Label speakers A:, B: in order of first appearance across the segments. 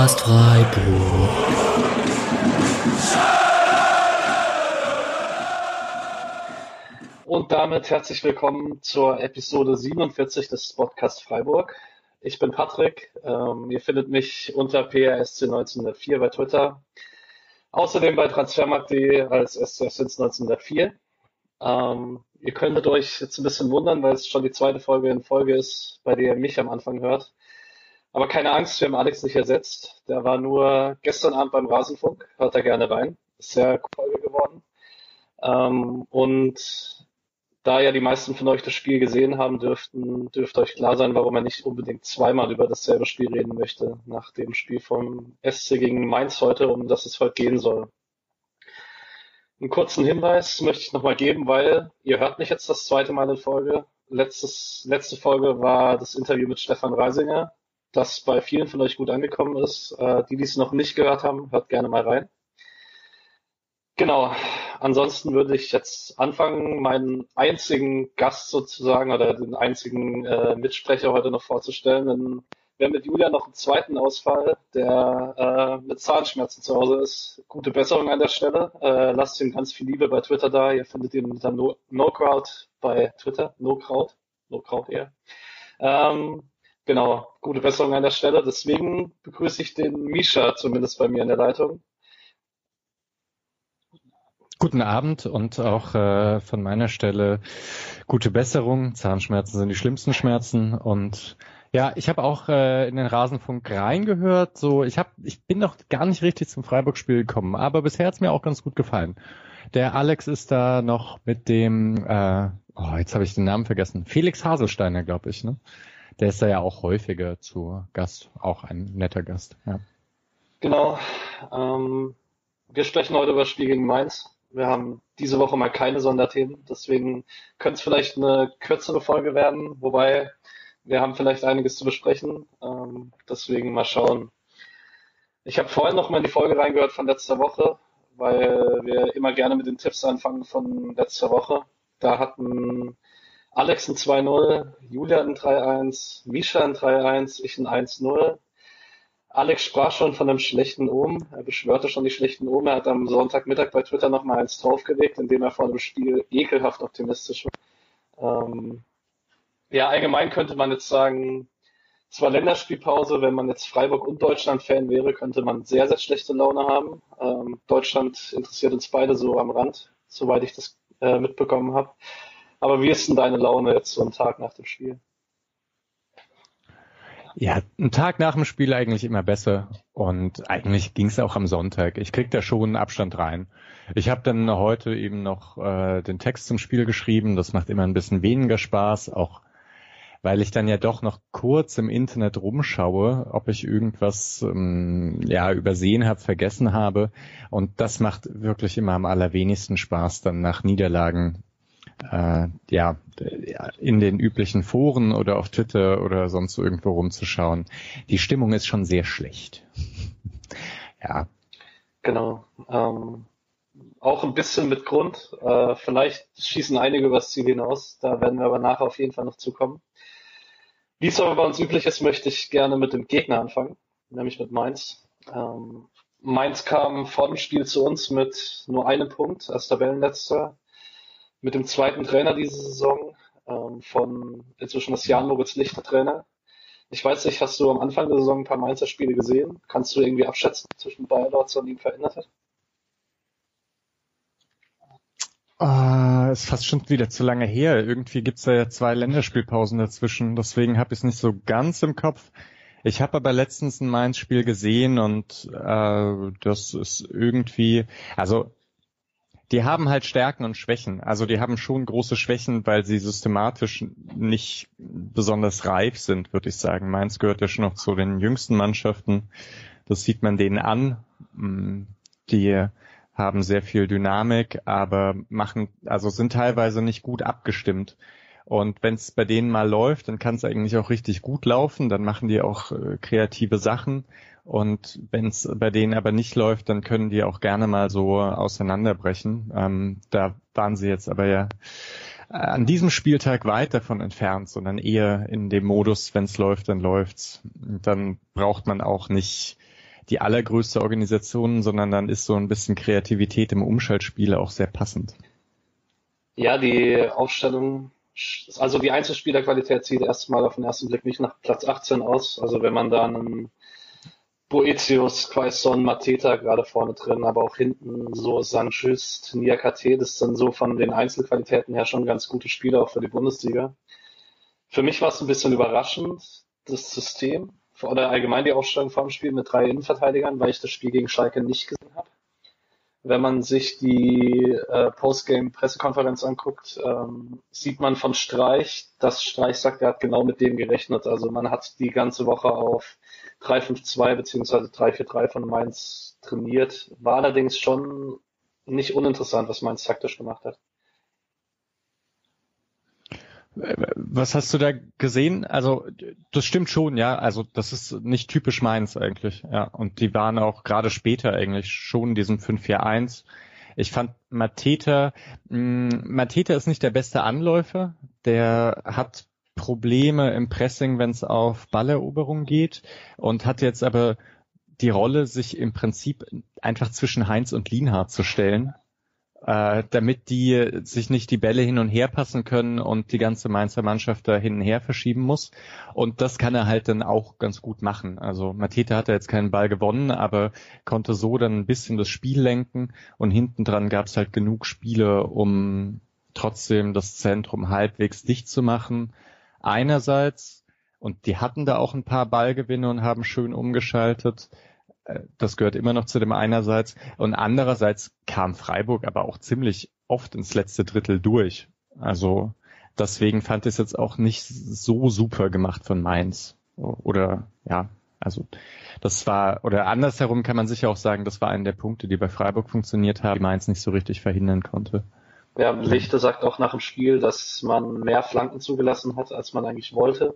A: Podcast Freiburg.
B: Und damit herzlich willkommen zur Episode 47 des Podcast Freiburg. Ich bin Patrick, ihr findet mich unter PRSC1904 bei Twitter, außerdem bei transfermarkt.de als SCSins1904. Ihr könntet euch jetzt ein bisschen wundern, weil es schon die zweite Folge in Folge ist, bei der ihr mich am Anfang hört. Aber keine Angst, wir haben Alex nicht ersetzt. Der war nur gestern Abend beim Rasenfunk, hört da gerne rein. Ist sehr coole Folge geworden. Und da ja die meisten von euch das Spiel gesehen haben dürfte euch klar sein, warum er nicht unbedingt zweimal über dasselbe Spiel reden möchte, nach dem Spiel vom SC gegen Mainz heute, um das es heute gehen soll. Einen kurzen Hinweis möchte ich nochmal geben, weil ihr hört mich jetzt das zweite Mal in Folge. Letzte Folge war das Interview mit Stefan Reisinger, das bei vielen von euch gut angekommen ist. Die es noch nicht gehört haben, hört gerne mal rein. Genau, ansonsten würde ich jetzt anfangen, meinen einzigen Gast sozusagen oder den einzigen Mitsprecher heute noch vorzustellen. Denn wir haben mit Julian noch einen zweiten Ausfall, der mit Zahnschmerzen zu Hause ist. Gute Besserung an der Stelle. Lasst ihm ganz viel Liebe bei Twitter da. Ihr findet ihn unter NoCrowd bei Twitter. NoCrowd eher. Genau, gute Besserung an der Stelle. Deswegen begrüße ich den Misha zumindest bei mir in der Leitung.
C: Guten Abend und auch von meiner Stelle gute Besserung. Zahnschmerzen sind die schlimmsten Schmerzen und ja, ich habe auch in den Rasenfunk reingehört. So, ich bin noch gar nicht richtig zum Freiburg-Spiel gekommen, aber bisher hat's mir auch ganz gut gefallen. Der Alex ist da noch mit dem, jetzt habe ich den Namen vergessen, Felix Haselsteiner, glaube ich, ne? Der ist da ja auch häufiger zu Gast, auch ein netter Gast. Ja.
B: Genau. Wir sprechen heute über das Spiel gegen Mainz. Wir haben diese Woche mal keine Sonderthemen, deswegen könnte es vielleicht eine kürzere Folge werden, wobei wir haben vielleicht einiges zu besprechen, deswegen mal schauen. Ich habe vorhin noch mal in die Folge reingehört von letzter Woche, weil wir immer gerne mit den Tipps anfangen von letzter Woche. Da hatten Alex ein 2-0, Julian ein 3-1, Misha ein 3-1, ich ein 1-0. Alex sprach schon von einem schlechten Omen. Er beschwörte schon die schlechten Omen. Er hat am Sonntagmittag bei Twitter nochmal eins draufgelegt, indem er vor dem Spiel ekelhaft optimistisch war. Ja, allgemein könnte man jetzt sagen, es war Länderspielpause. Wenn man jetzt Freiburg- und Deutschland-Fan wäre, könnte man sehr, sehr schlechte Laune haben. Deutschland interessiert uns beide so am Rand, soweit ich das mitbekommen habe. Aber wie ist denn deine Laune jetzt so einen Tag nach dem Spiel?
C: Ja, ein Tag nach dem Spiel eigentlich immer besser und eigentlich ging es auch am Sonntag. Ich krieg da schon einen Abstand rein. Ich habe dann heute eben noch den Text zum Spiel geschrieben. Das macht immer ein bisschen weniger Spaß, auch weil ich dann ja doch noch kurz im Internet rumschaue, ob ich irgendwas übersehen habe, vergessen habe. Und das macht wirklich immer am allerwenigsten Spaß, dann nach Niederlagen in den üblichen Foren oder auf Twitter oder sonst irgendwo rumzuschauen. Die Stimmung ist schon sehr schlecht. Ja.
B: Genau. Auch ein bisschen mit Grund. Vielleicht schießen einige übers Ziel hinaus. Da werden wir aber nachher auf jeden Fall noch zukommen. Wie es aber bei uns üblich ist, möchte ich gerne mit dem Gegner anfangen, nämlich mit Mainz. Mainz kam vor dem Spiel zu uns mit nur einem Punkt als Tabellenletzter. Mit dem zweiten Trainer diese Saison, von inzwischen das Jan Moritz Lichter Trainer. Ich weiß nicht, hast du am Anfang der Saison ein paar Mainzer Spiele gesehen? Kannst du irgendwie abschätzen, zwischen Bayer Lorz und ihm verändert hat?
C: Ist fast schon wieder zu lange her. Irgendwie gibt's da ja 2 Länderspielpausen dazwischen, deswegen habe ich es nicht so ganz im Kopf. Ich habe aber letztens ein Mainz-Spiel gesehen und das ist irgendwie, also die haben halt Stärken und Schwächen. Also die haben schon große Schwächen, weil sie systematisch nicht besonders reif sind, würde ich sagen. Mainz gehört ja schon noch zu den jüngsten Mannschaften. Das sieht man denen an. Die haben sehr viel Dynamik, aber sind teilweise nicht gut abgestimmt. Und wenn es bei denen mal läuft, dann kann es eigentlich auch richtig gut laufen. Dann machen die auch kreative Sachen. Und wenn es bei denen aber nicht läuft, dann können die auch gerne mal so auseinanderbrechen. Da waren sie jetzt aber ja an diesem Spieltag weit davon entfernt, sondern eher in dem Modus, wenn es läuft, dann läuft's. Dann braucht man auch nicht die allergrößte Organisation, sondern dann ist so ein bisschen Kreativität im Umschaltspiel auch sehr passend.
B: Ja, die Aufstellung, also die Einzelspielerqualität sieht erstmal auf den ersten Blick nicht nach Platz 18 aus. Also wenn man da einen Boetius, Quaison, Mateta gerade vorne drin, aber auch hinten so Sanchez, Niakate, das sind so von den Einzelqualitäten her schon ganz gute Spieler auch für die Bundesliga. Für mich war es ein bisschen überraschend, das System oder allgemein die Aufstellung vor dem Spiel mit 3 Innenverteidigern, weil ich das Spiel gegen Schalke nicht gesehen habe. Wenn man sich die Postgame-Pressekonferenz anguckt, sieht man von Streich, dass Streich sagt, er hat genau mit dem gerechnet. Also man hat die ganze Woche auf 3-5-2 bzw. 3-4-3 von Mainz trainiert. War allerdings schon nicht uninteressant, was Mainz taktisch gemacht hat.
C: Was hast du da gesehen? Also das stimmt schon, ja. Also das ist nicht typisch Mainz eigentlich, ja. Und die waren auch gerade später eigentlich schon in diesem 5-4-1. Ich fand Mateta ist nicht der beste Anläufer. Der hat Probleme im Pressing, wenn es auf Balleroberung geht, und hat jetzt aber die Rolle, sich im Prinzip einfach zwischen Heinz und Lienhardt zu stellen, damit die sich nicht die Bälle hin und her passen können und die ganze Mainzer Mannschaft da hin und her verschieben muss. Und das kann er halt dann auch ganz gut machen. Also Mateta hat ja jetzt keinen Ball gewonnen, aber konnte so dann ein bisschen das Spiel lenken, und hinten dran gab es halt genug Spiele, um trotzdem das Zentrum halbwegs dicht zu machen. Einerseits, und die hatten da auch ein paar Ballgewinne und haben schön umgeschaltet. Das gehört immer noch zu dem einerseits. Und andererseits kam Freiburg aber auch ziemlich oft ins letzte Drittel durch. Also deswegen fand ich es jetzt auch nicht so super gemacht von Mainz. Oder ja, also das war, oder andersherum kann man sicher auch sagen, das war einer der Punkte, die bei Freiburg funktioniert haben, die Mainz nicht so richtig verhindern konnte.
B: Ja, Lichte sagt auch nach dem Spiel, dass man mehr Flanken zugelassen hat, als man eigentlich wollte.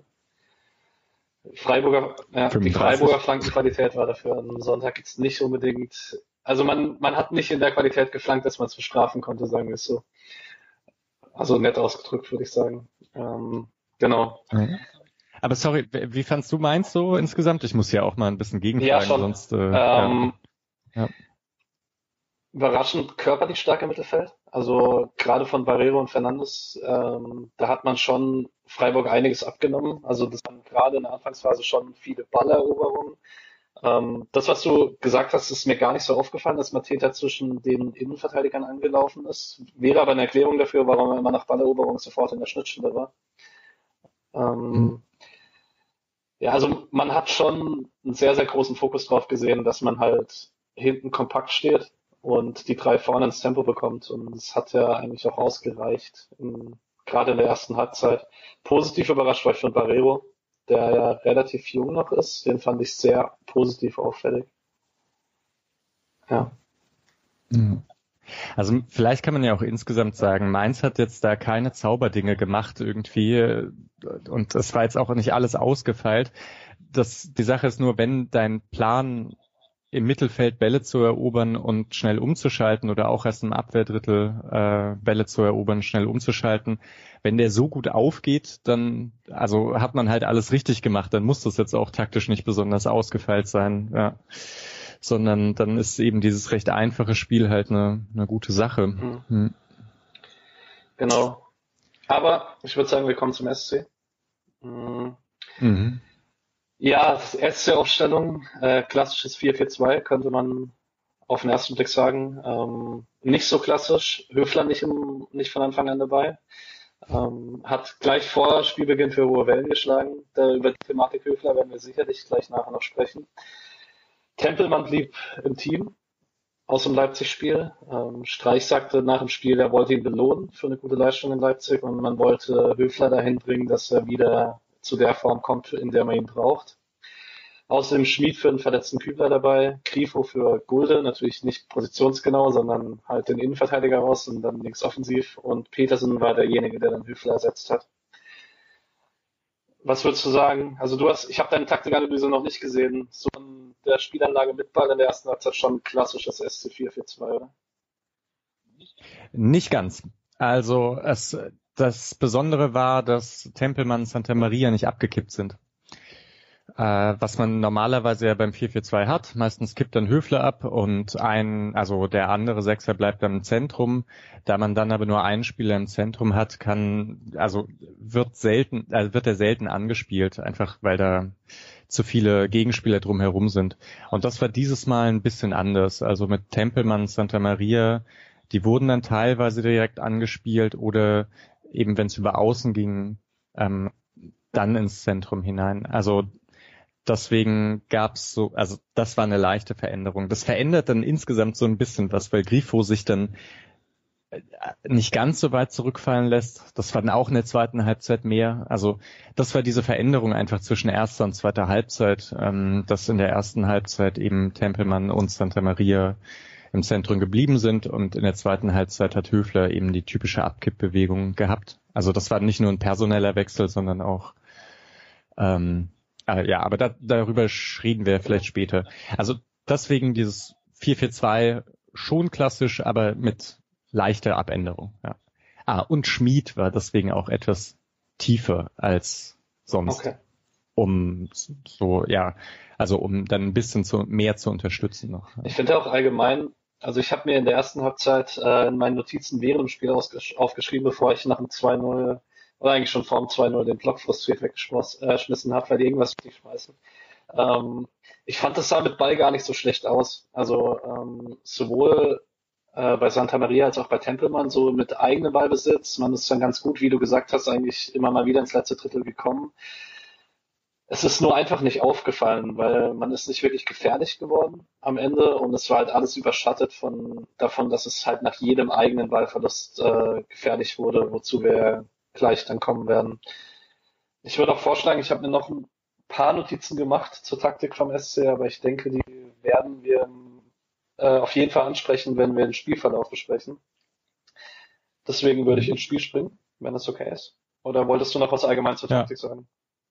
B: Die Freiburger Flankenqualität war dafür am Sonntag jetzt nicht unbedingt, also man hat nicht in der Qualität geflankt, dass man es bestrafen konnte, sagen wir es so. Also nett ausgedrückt, würde ich sagen. Genau.
C: Aber sorry, wie fandst du Mainz so insgesamt? Ich muss ja auch mal ein bisschen gegenfragen,
B: Ja, schon.
C: sonst
B: Ja. Überraschend körperlich stark im Mittelfeld. Also gerade von Barreiro und Fernandes, da hat man schon Freiburg einiges abgenommen. Also das waren gerade in der Anfangsphase schon viele Balleroberungen. Das, was du gesagt hast, ist mir gar nicht so aufgefallen, dass Mateta zwischen den Innenverteidigern angelaufen ist. Wäre aber eine Erklärung dafür, warum er immer nach Balleroberung sofort in der Schnittstelle war. Ja, also man hat schon einen sehr, sehr großen Fokus drauf gesehen, dass man halt hinten kompakt steht und die 3 vorne ins Tempo bekommt. Und es hat ja eigentlich auch ausgereicht, gerade in der ersten Halbzeit. Positiv überrascht war ich von Barreiro, der ja relativ jung noch ist. Den fand ich sehr positiv auffällig. Ja.
C: Also vielleicht kann man ja auch insgesamt sagen, Mainz hat jetzt da keine Zauberdinge gemacht irgendwie, und es war jetzt auch nicht alles ausgefeilt. Die Sache ist nur, wenn dein Plan im Mittelfeld Bälle zu erobern und schnell umzuschalten, oder auch erst im Abwehrdrittel Bälle zu erobern, schnell umzuschalten, wenn der so gut aufgeht, dann also hat man halt alles richtig gemacht, dann muss das jetzt auch taktisch nicht besonders ausgefeilt sein, ja. Sondern dann ist eben dieses recht einfache Spiel halt eine gute Sache.
B: Genau. Aber ich würde sagen, wir kommen zum SC. Ja, SC-Aufstellung, klassisches 4-4-2, könnte man auf den ersten Blick sagen. Nicht so klassisch, Höfler nicht von Anfang an dabei. Hat gleich vor Spielbeginn für hohe Wellen geschlagen. Über die Thematik Höfler werden wir sicherlich gleich nachher noch sprechen. Tempelmann blieb im Team aus dem Leipzig-Spiel. Streich sagte nach dem Spiel, er wollte ihn belohnen für eine gute Leistung in Leipzig, und man wollte Höfler dahin bringen, dass er wieder zu der Form kommt, in der man ihn braucht. Außerdem Schmid für den verletzten Kübler dabei, Grifo für Gulde, natürlich nicht positionsgenau, sondern halt den Innenverteidiger raus und dann links offensiv, und Petersen war derjenige, der dann Höfler ersetzt hat. Was würdest du sagen? Also ich habe deine Taktikanalyse noch nicht gesehen. So in der Spielanlage mit Ball in der ersten Halbzeit schon klassisches SC 4-4-2, oder?
C: Nicht ganz. Also das Besondere war, dass Tempelmann und Santa Maria nicht abgekippt sind. was man normalerweise ja beim 4-4-2 hat. Meistens kippt dann Höfler ab und also der andere Sechser bleibt dann im Zentrum. Da man dann aber nur einen Spieler im Zentrum hat, wird er selten angespielt, einfach weil da zu viele Gegenspieler drumherum sind. Und das war dieses Mal ein bisschen anders. Also mit Tempelmann, Santa Maria, die wurden dann teilweise direkt angespielt oder eben, wenn es über Außen ging, dann ins Zentrum hinein. Also deswegen gab's also das war eine leichte Veränderung. Das verändert dann insgesamt so ein bisschen was, weil Grifo sich dann nicht ganz so weit zurückfallen lässt. Das war dann auch in der zweiten Halbzeit mehr. Also das war diese Veränderung einfach zwischen erster und zweiter Halbzeit, dass in der ersten Halbzeit eben Tempelmann und Santa Maria im Zentrum geblieben sind und in der zweiten Halbzeit hat Höfler eben die typische Abkippbewegung gehabt. Also das war nicht nur ein personeller Wechsel, sondern auch aber darüber reden wir vielleicht später. Also deswegen dieses 4-4-2 schon klassisch, aber mit leichter Abänderung. Ja. Und Schmid war deswegen auch etwas tiefer als sonst,
B: Okay.
C: um dann ein bisschen mehr zu unterstützen noch.
B: Ich finde auch allgemein, also ich habe mir in der ersten Halbzeit in meinen Notizen während dem Spiel aufgeschrieben, bevor ich nach dem 2-0 oder eigentlich schon vor dem 2-0 den Block frustriert weggeschmissen habe, weil die irgendwas richtig schmeißen. Ich fand, das sah mit Ball gar nicht so schlecht aus. Also sowohl bei Santa Maria als auch bei Tempelmann so mit eigenem Ballbesitz. Man ist dann ganz gut, wie du gesagt hast, eigentlich immer mal wieder ins letzte Drittel gekommen. Es ist nur einfach nicht aufgefallen, weil man ist nicht wirklich gefährlich geworden am Ende und es war halt alles überschattet davon, dass es halt nach jedem eigenen Ballverlust gefährlich wurde, wozu wir gleich dann kommen werden. Ich würde auch vorschlagen, ich habe mir noch ein paar Notizen gemacht zur Taktik vom SC, aber ich denke, die werden wir auf jeden Fall ansprechen, wenn wir den Spielverlauf besprechen. Deswegen würde ich ins Spiel springen, wenn das okay ist. Oder wolltest du noch was allgemein zur Taktik sagen?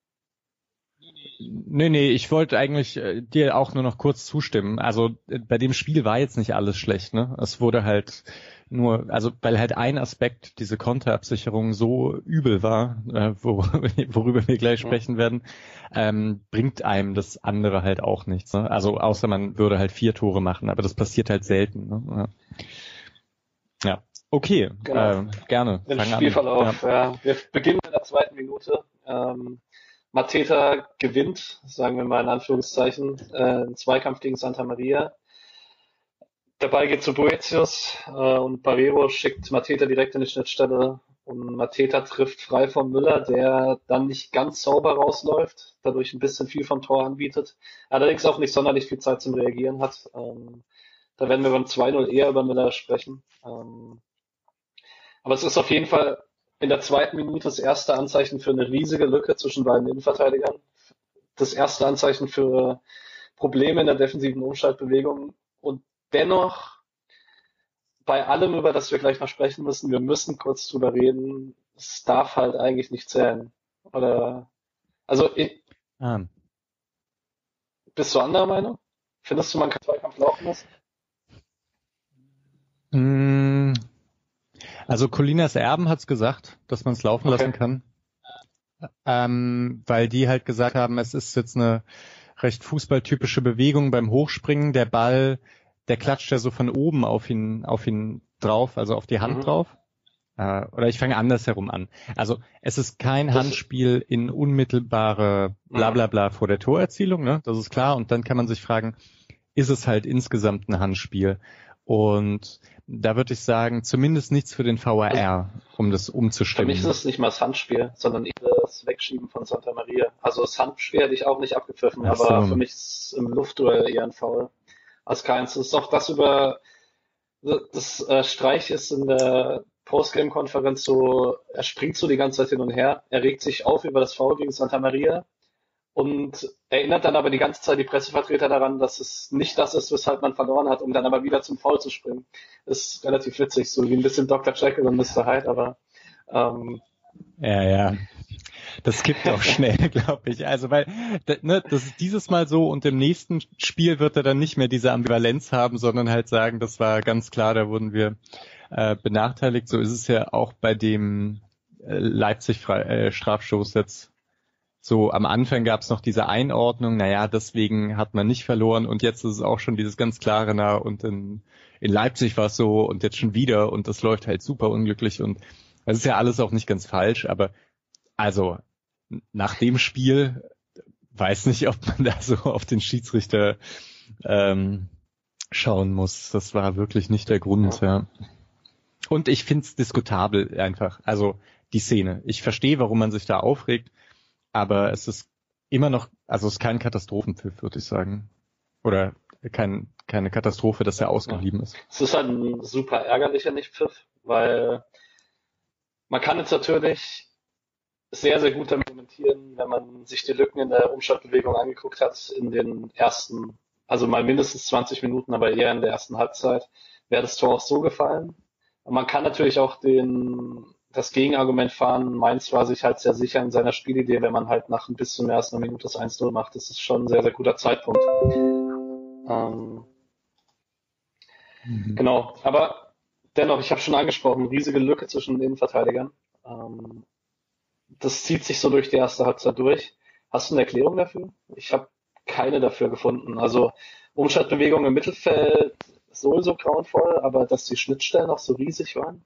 C: Nee, ich wollte eigentlich dir auch nur noch kurz zustimmen. Also bei dem Spiel war jetzt nicht alles schlecht, ne? Es wurde halt weil halt ein Aspekt, diese Konterabsicherung so übel war, worüber wir gleich sprechen werden, bringt einem das andere halt auch nichts, ne? Also außer man würde halt 4 Tore machen, aber das passiert halt selten, ne? Ja. Okay,
B: Genau.
C: gerne.
B: Den Spielverlauf. Ja. Wir beginnen in der zweiten Minute. Mateta gewinnt, sagen wir mal in Anführungszeichen, einen Zweikampf gegen Santa Maria. Der Ball geht zu Boetius und Barreiro schickt Mateta direkt in die Schnittstelle und Mateta trifft frei von Müller, der dann nicht ganz sauber rausläuft, dadurch ein bisschen viel vom Tor anbietet, allerdings auch nicht sonderlich viel Zeit zum Reagieren hat. Da werden wir beim 2-0 eher über Müller sprechen. Aber es ist auf jeden Fall in der zweiten Minute das erste Anzeichen für eine riesige Lücke zwischen beiden Innenverteidigern. Das erste Anzeichen für Probleme in der defensiven Umschaltbewegung. Und dennoch, bei allem, über das wir gleich noch sprechen müssen, wir müssen kurz drüber reden, es darf halt eigentlich nicht zählen. Bist du anderer Meinung? Findest du, man kann Zweikampf laufen lassen?
C: Also Colinas Erben hat's gesagt, dass man es laufen lassen kann, weil die halt gesagt haben, es ist jetzt eine recht fußballtypische Bewegung beim Hochspringen. Der Ball, der klatscht ja so von oben auf ihn drauf, also auf die Hand drauf. Oder ich fange andersherum an. Also es ist kein Handspiel in unmittelbare Blablabla vor der Torerzielung, ne? Das ist klar. Und dann kann man sich fragen, ist es halt insgesamt ein Handspiel? Und da würde ich sagen, zumindest nichts für den VAR, um das umzustimmen.
B: Für mich ist es nicht mal das Handspiel, sondern eher das Wegschieben von Santa Maria. Also das Handspiel hätte ich auch nicht abgepfiffen, aber für mich ist es im Luftduell eher ein Foul als keins. Das ist auch das Streich ist in der Postgame-Konferenz so, er springt so die ganze Zeit hin und her, er regt sich auf über das Foul gegen Santa Maria und erinnert dann aber die ganze Zeit die Pressevertreter daran, dass es nicht das ist, weshalb man verloren hat, um dann aber wieder zum Foul zu springen. Das ist relativ witzig, so wie ein bisschen Dr. Jekyll und Mr. Hyde, aber
C: ja. Das kippt auch schnell, glaube ich. Also weil das ist dieses Mal so und im nächsten Spiel wird er dann nicht mehr diese Ambivalenz haben, sondern halt sagen, das war ganz klar, da wurden wir benachteiligt. So ist es ja auch bei dem Leipzig Strafstoß jetzt so am Anfang gab es noch diese Einordnung, naja, deswegen hat man nicht verloren und jetzt ist es auch schon dieses ganz klare, na, und in Leipzig war es so und jetzt schon wieder und das läuft halt super unglücklich und das ist ja alles auch nicht ganz falsch, aber also nach dem Spiel weiß nicht, ob man da so auf den Schiedsrichter schauen muss. Das war wirklich nicht der Grund, ja. Und ich find's diskutabel einfach, also die Szene. Ich verstehe, warum man sich da aufregt, aber es ist immer noch, also es ist kein Katastrophenpfiff, würde ich sagen. Oder keine Katastrophe, dass er ausgeblieben ist.
B: Es ist halt ein super ärgerlicher Nicht-Pfiff, weil man kann jetzt natürlich sehr, sehr gut damit argumentieren, wenn man sich die Lücken in der Umschaltbewegung angeguckt hat, in den ersten, also mal mindestens 20 Minuten, aber eher in der ersten Halbzeit, wäre das Tor auch so gefallen. Und man kann natürlich auch das Gegenargument fahren. Mainz war sich halt sehr sicher in seiner Spielidee, wenn man halt nach ein bisschen mehr als einer Minute das 1-0 macht. Das ist schon ein sehr, sehr guter Zeitpunkt. Genau, aber dennoch, ich habe schon angesprochen, riesige Lücke zwischen den Innenverteidigern. Das zieht sich so durch die erste Halbzeit durch. Hast du eine Erklärung dafür? Ich habe keine dafür gefunden. Also Umschaltbewegung im Mittelfeld sowieso grauenvoll, aber dass die Schnittstellen auch so riesig waren.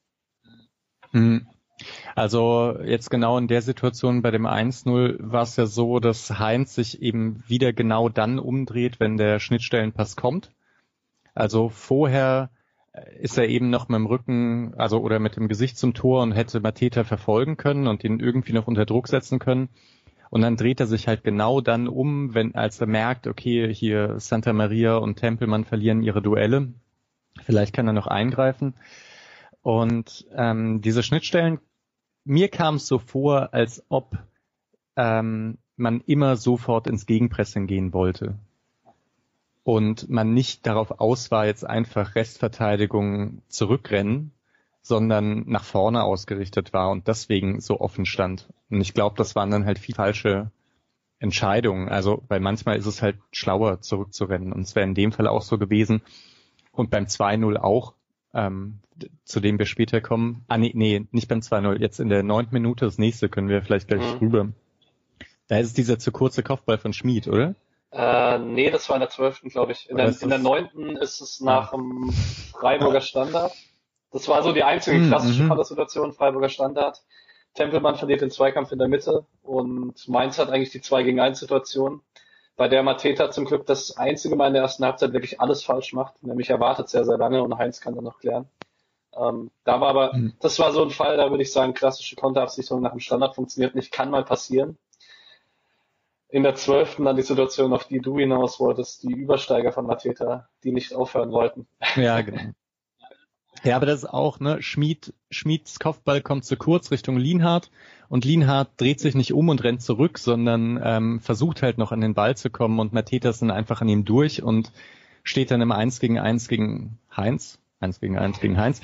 C: Also jetzt genau in der Situation bei dem 1-0 war es ja so, dass Heinz sich eben wieder genau dann umdreht, wenn der Schnittstellenpass kommt. Also vorher ist er eben noch mit dem Rücken, also oder mit dem Gesicht zum Tor und hätte Mateta verfolgen können und ihn irgendwie noch unter Druck setzen können. Und dann dreht er sich halt genau dann um, als er merkt, okay, hier Santa Maria und Tempelmann verlieren ihre Duelle. Vielleicht kann er noch eingreifen. Und diese Schnittstellen, mir kam es so vor, als ob man immer sofort ins Gegenpressing gehen wollte. Und man nicht darauf aus war, jetzt einfach Restverteidigung zurückrennen, sondern nach vorne ausgerichtet war und deswegen so offen stand. Und ich glaube, das waren dann halt viel falsche Entscheidungen. Also, weil manchmal ist es halt schlauer, zurückzurennen. Und es wäre in dem Fall auch so gewesen. Und beim 2-0 auch, zu dem wir später kommen. Nee, nicht beim 2-0. Jetzt in der 9. Minute, das nächste können wir vielleicht gleich rüber. Da ist es dieser zu kurze Kopfball von Schmid, oder?
B: Nee, das war in der 12., glaube ich. In der 9. ist es nach dem Freiburger Standard. Das war so die einzige klassische Kontersituation, Freiburger Standard. Tempelmann verliert den Zweikampf in der Mitte und Mainz hat eigentlich die 2-gegen-1-Situation, bei der Mateta zum Glück das einzige Mal in der ersten Halbzeit wirklich alles falsch macht, nämlich er wartet sehr, sehr lange und Heinz kann dann noch klären. Das war so ein Fall, da würde ich sagen, klassische Konterabsicherung nach dem Standard funktioniert nicht, kann mal passieren. In der 12. dann die Situation, auf die du hinaus wolltest, die Übersteiger von Mateta, die nicht aufhören wollten.
C: Ja, genau. Ja, aber das ist auch, ne, Schmieds Kopfball kommt zu kurz Richtung Lienhardt und Lienhardt dreht sich nicht um und rennt zurück, sondern versucht halt noch an den Ball zu kommen und Mateta ist dann einfach an ihm durch und steht dann im 1-gegen-1 gegen Heinz, 1-gegen-1 gegen Heinz,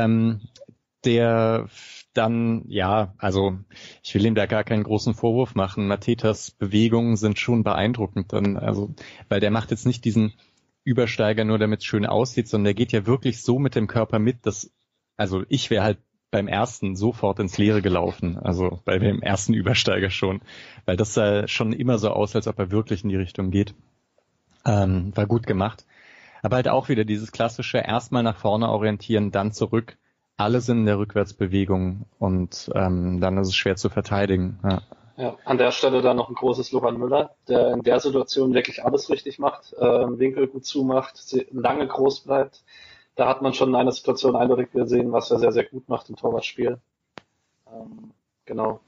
C: der dann, ja, also ich will ihm da gar keinen großen Vorwurf machen. Matetas Bewegungen sind schon beeindruckend dann, also, weil der macht jetzt nicht diesen Übersteiger nur, damit es schön aussieht, sondern der geht ja wirklich so mit dem Körper mit, dass, also ich wäre halt beim ersten sofort ins Leere gelaufen, also bei dem ersten Übersteiger schon, weil das sah schon immer so aus, als ob er wirklich in die Richtung geht. War gut gemacht. Aber halt auch wieder dieses klassische erstmal nach vorne orientieren, dann zurück. Alle sind in der Rückwärtsbewegung und dann ist es schwer zu verteidigen. Ja.
B: Ja, an der Stelle dann noch ein großes Lob an Müller, der in der Situation wirklich alles richtig macht, Winkel gut zumacht, lange groß bleibt. Da hat man schon in einer Situation eindeutig gesehen, was er sehr, sehr gut macht im Torwartspiel. Genau.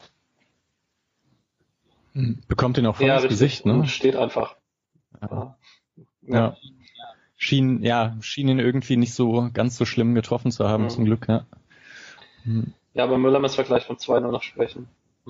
C: Bekommt ihn auch voll ins Gesicht, ne?
B: Steht einfach.
C: Ja. Schien ihn irgendwie nicht so ganz so schlimm getroffen zu haben, zum Glück, ja.
B: Ja, aber Müller müssen wir gleich vom 2-0 noch sprechen.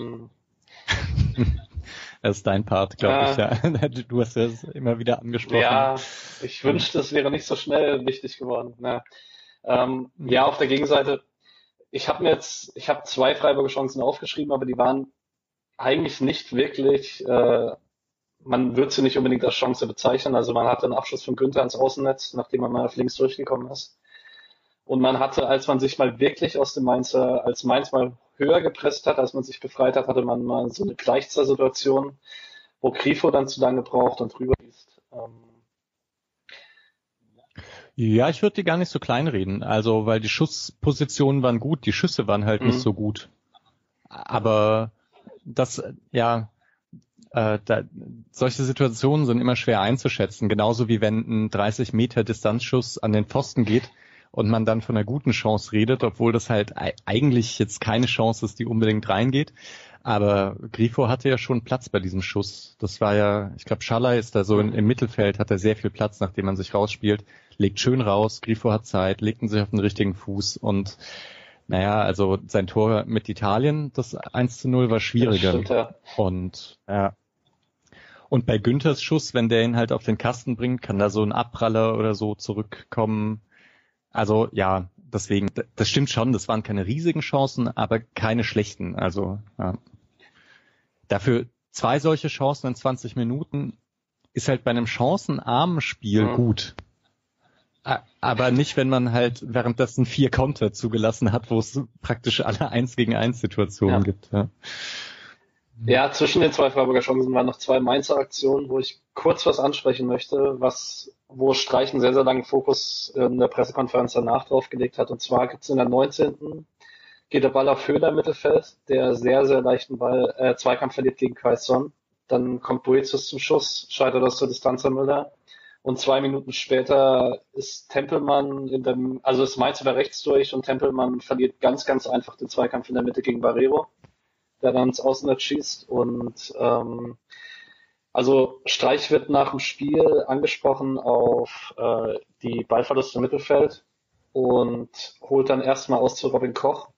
C: Das ist dein Part, glaube ich, ja. Du hast das immer wieder angesprochen.
B: Ja, ich wünschte, es wäre nicht so schnell wichtig geworden. Ja, auf der Gegenseite, ich habe 2 Freiburger Chancen aufgeschrieben, aber die waren eigentlich nicht wirklich, man würde sie nicht unbedingt als Chance bezeichnen. Also man hatte einen Abschluss von Günther ans Außennetz, nachdem man mal auf links durchgekommen ist. Und man hatte, als man sich mal wirklich aus dem Mainzer, als Mainz mal höher gepresst hat, als man sich befreit hat, hatte man mal so eine Gleichzeitsituation, wo Grifo dann zu lange braucht und drüber ist.
C: Ja, ich würde die gar nicht so kleinreden. Also, weil die Schusspositionen waren gut, die Schüsse waren halt nicht so gut. Aber das, solche Situationen sind immer schwer einzuschätzen. Genauso wie wenn ein 30 Meter Distanzschuss an den Pfosten geht und man dann von einer guten Chance redet, obwohl das halt eigentlich jetzt keine Chance ist, die unbedingt reingeht. Aber Grifo hatte ja schon Platz bei diesem Schuss. Das war ja, ich glaube, Schalay ist da so im Mittelfeld, hat er sehr viel Platz, nachdem man sich rausspielt, legt schön raus, Grifo hat Zeit, legt ihn sich auf den richtigen Fuß und naja, also sein Tor mit Italien, das 1:0 war schwieriger.
B: Das stimmt, ja.
C: Und bei Günthers Schuss, wenn der ihn halt auf den Kasten bringt, kann da so ein Abpraller oder so zurückkommen. Also ja, deswegen, das stimmt schon, das waren keine riesigen Chancen, aber keine schlechten. Also ja. Dafür 2 solche Chancen in 20 Minuten ist halt bei einem chancenarmen Spiel gut. Aber nicht, wenn man halt währenddessen 4 Konter zugelassen hat, wo es praktisch alle 1-gegen-1 Situationen gibt.
B: Ja, zwischen den 2 Freiburger Chancen waren noch 2 Mainzer Aktionen, wo ich kurz was ansprechen möchte, wo Streich einen sehr, sehr langen Fokus in der Pressekonferenz danach drauf gelegt hat. Und zwar gibt's in der 19. geht der Ball auf Höhler im Mittelfeld, der sehr, sehr leichten Zweikampf verliert gegen Quaison. Dann kommt Boetius zum Schuss, scheitert aus der Distanz an Müller. Und 2 Minuten später ist Tempelmann ist Mainz über rechts durch und Tempelmann verliert ganz, ganz einfach den Zweikampf in der Mitte gegen Barreiro, der dann ins Außennetz schießt. Und also Streich wird nach dem Spiel angesprochen auf die Ballverluste im Mittelfeld und holt dann erstmal aus zu Robin Koch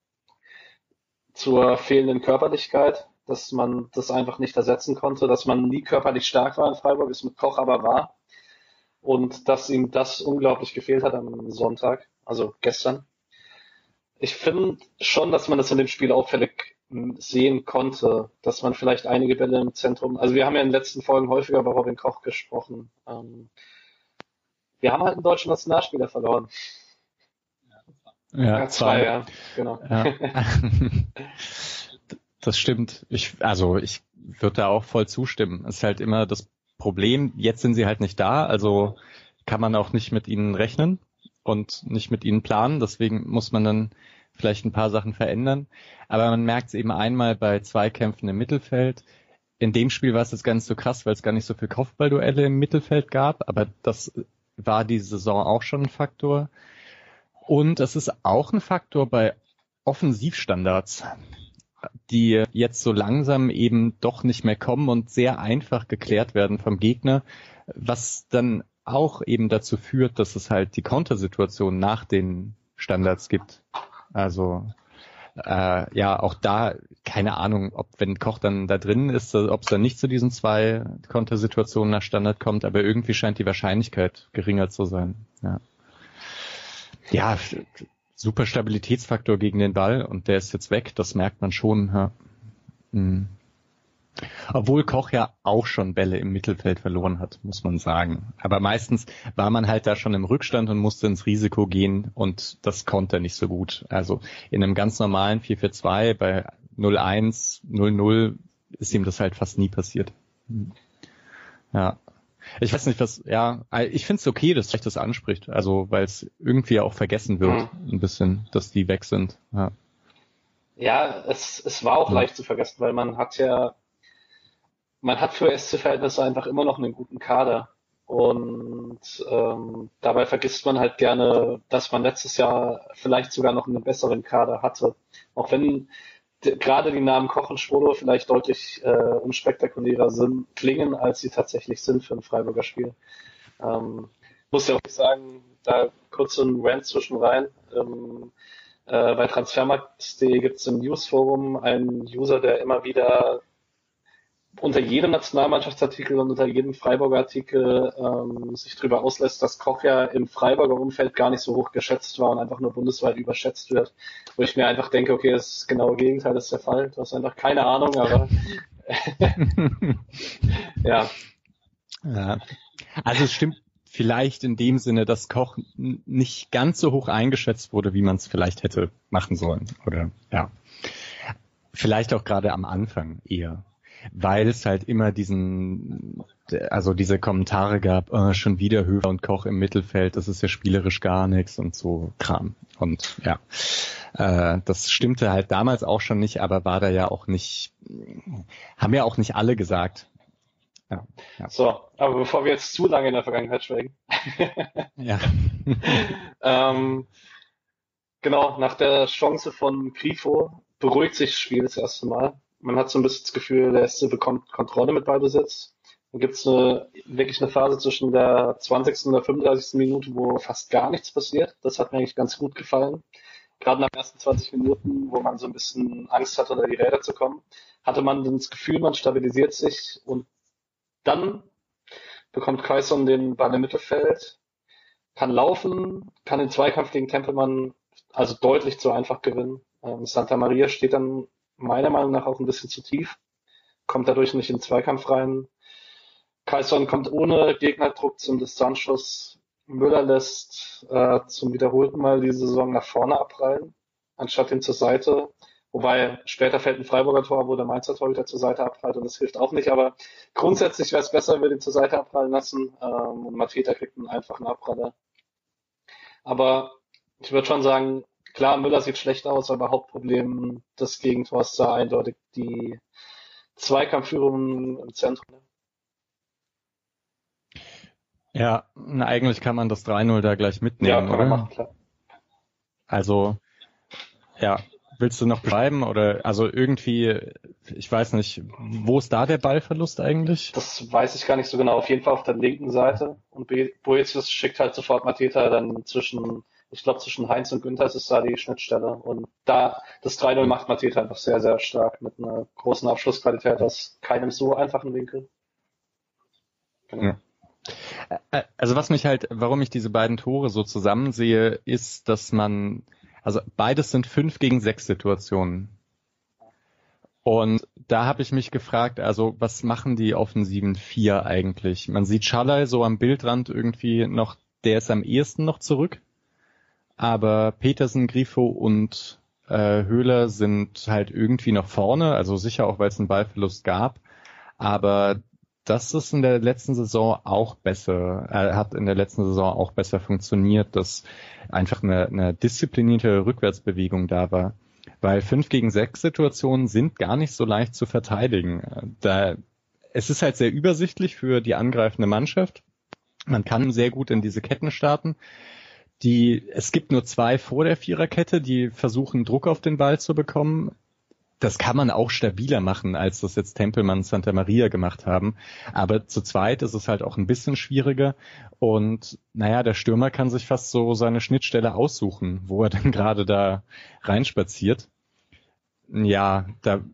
B: zur fehlenden Körperlichkeit, dass man das einfach nicht ersetzen konnte, dass man nie körperlich stark war in Freiburg, es mit Koch aber war. Und dass ihm das unglaublich gefehlt hat am Sonntag, also gestern. Ich finde schon, dass man das in dem Spiel auffällig sehen konnte, dass man vielleicht einige Bälle im Zentrum, also wir haben ja in den letzten Folgen häufiger über Robin Koch gesprochen. Wir haben halt einen deutschen Nationalspieler verloren.
C: Ja, 2,
B: ja, genau.
C: Ja. Das stimmt. Ich würde da auch voll zustimmen. Es ist halt immer das Problem, jetzt sind sie halt nicht da, also kann man auch nicht mit ihnen rechnen und nicht mit ihnen planen, deswegen muss man dann vielleicht ein paar Sachen verändern. Aber man merkt es eben einmal bei Zweikämpfen im Mittelfeld. In dem Spiel war es jetzt gar nicht so krass, weil es gar nicht so viel Kopfballduelle im Mittelfeld gab, aber das war die Saison auch schon ein Faktor. Und es ist auch ein Faktor bei Offensivstandards, die jetzt so langsam eben doch nicht mehr kommen und sehr einfach geklärt werden vom Gegner, was dann auch eben dazu führt, dass es halt die Kontersituation nach den Standards gibt. Also auch da, keine Ahnung, ob wenn Koch dann da drin ist, ob es dann nicht zu diesen 2 Kontersituationen nach Standard kommt, aber irgendwie scheint die Wahrscheinlichkeit geringer zu sein. Ja, super Stabilitätsfaktor gegen den Ball und der ist jetzt weg, das merkt man schon. Ja. Obwohl Koch ja auch schon Bälle im Mittelfeld verloren hat, muss man sagen. Aber meistens war man halt da schon im Rückstand und musste ins Risiko gehen und das konnte er nicht so gut. Also in einem ganz normalen 4-4-2 bei 0-1, 0-0 ist ihm das halt fast nie passiert. Ja. Ich weiß nicht, ich finde es okay, dass sich das anspricht, also weil es irgendwie auch vergessen wird, ein bisschen, dass die weg sind.
B: Ja, es war auch leicht zu vergessen, weil man hat für SC-Verhältnisse einfach immer noch einen guten Kader. Und dabei vergisst man halt gerne, dass man letztes Jahr vielleicht sogar noch einen besseren Kader hatte. Auch wenn gerade die Namen Koch und Schwolo vielleicht deutlich unspektakulärer klingen, als sie tatsächlich sind für ein Freiburger Spiel. Muss ja auch nicht sagen, da kurz so ein Rant zwischen rein. Bei Transfermarkt.de gibt es im Newsforum einen User, der immer wieder unter jedem Nationalmannschaftsartikel und unter jedem Freiburger Artikel sich darüber auslässt, dass Koch ja im Freiburger Umfeld gar nicht so hoch geschätzt war und einfach nur bundesweit überschätzt wird. Wo ich mir einfach denke, okay, das genaue Gegenteil ist der Fall. Du hast einfach keine Ahnung, aber ja.
C: Also es stimmt vielleicht in dem Sinne, dass Koch nicht ganz so hoch eingeschätzt wurde, wie man es vielleicht hätte machen sollen. Oder ja, vielleicht auch gerade am Anfang eher. Weil es halt immer diese Kommentare gab, schon wieder Höfer und Koch im Mittelfeld, das ist ja spielerisch gar nichts und so Kram. Und ja, das stimmte halt damals auch schon nicht, aber war da ja auch nicht, haben ja auch nicht alle gesagt. Ja, ja.
B: So, aber bevor wir jetzt zu lange in der Vergangenheit schwelgen.
C: Ja.
B: Genau, nach der Chance von Grifo beruhigt sich das Spiel das erste Mal. Man hat so ein bisschen das Gefühl, der SC bekommt Kontrolle mit Ballbesitz. Dann gibt es wirklich eine Phase zwischen der 20. und der 35. Minute, wo fast gar nichts passiert. Das hat mir eigentlich ganz gut gefallen. Gerade nach den ersten 20 Minuten, wo man so ein bisschen Angst hatte, unter die Räder zu kommen, hatte man das Gefühl, man stabilisiert sich und dann bekommt Quaison den Ball im Mittelfeld, kann laufen, kann den Zweikampf gegen Tempelmann also deutlich zu einfach gewinnen. Santa Maria steht dann meiner Meinung nach auch ein bisschen zu tief, kommt dadurch nicht in den Zweikampf rein. Quaison kommt ohne Gegnerdruck zum Distanzschuss. Müller lässt zum wiederholten Mal diese Saison nach vorne abprallen, anstatt ihn zur Seite. Wobei später fällt ein Freiburger Tor, wo der Mainzer Tor wieder zur Seite abprallt und das hilft auch nicht. Aber grundsätzlich wäre es besser, wenn wir den zur Seite abprallen lassen und Mateta kriegt einen einfachen Abpraller. Aber ich würde schon sagen, klar, Müller sieht schlecht aus, aber Hauptproblem des Gegentors da eindeutig die Zweikampfführung im Zentrum.
C: Ja, eigentlich kann man das 3-0 da gleich mitnehmen,
B: Ja, kann
C: oder?
B: man machen, klar.
C: Also, ja, willst du noch beschreiben oder, also irgendwie, ich weiß nicht, wo ist da der Ballverlust eigentlich?
B: Das weiß ich gar nicht so genau. Auf jeden Fall auf der linken Seite. Und Boetius schickt halt sofort Mateta dann zwischen Heinz und Günther ist es da die Schnittstelle. Und da, das 3-0 macht Mateta einfach sehr, sehr stark mit einer großen Abschlussqualität aus keinem so einfachen Winkel. Genau.
C: Ja. Also warum ich diese beiden Tore so zusammen sehe, ist, dass also beides sind 5-gegen-6 Situationen. Und da habe ich mich gefragt, also was machen die offensiven 4 eigentlich? Man sieht Schalay so am Bildrand irgendwie noch, der ist am ehesten noch zurück. Aber Petersen, Grifo und Höhler sind halt irgendwie noch vorne, also sicher auch, weil es einen Ballverlust gab. Aber das ist in der letzten Saison auch besser, hat in der letzten Saison auch besser funktioniert, dass einfach eine disziplinierte Rückwärtsbewegung da war. Weil 5-gegen-6 Situationen sind gar nicht so leicht zu verteidigen. Es ist halt sehr übersichtlich für die angreifende Mannschaft. Man kann sehr gut in diese Ketten starten. Es gibt nur 2 vor der Viererkette, die versuchen, Druck auf den Ball zu bekommen. Das kann man auch stabiler machen, als das jetzt Tempelmann und Santa Maria gemacht haben. Aber zu zweit ist es halt auch ein bisschen schwieriger. Und naja, der Stürmer kann sich fast so seine Schnittstelle aussuchen, wo er dann gerade da reinspaziert. Ja,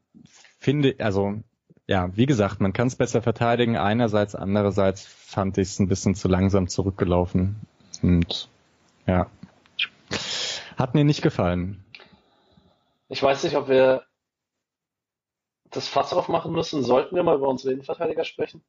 C: wie gesagt, man kann es besser verteidigen. Andererseits fand ich es ein bisschen zu langsam zurückgelaufen. Und ja, hat mir nicht gefallen.
B: Ich weiß nicht, ob wir das Fass aufmachen müssen. Sollten wir mal über unsere Innenverteidiger sprechen?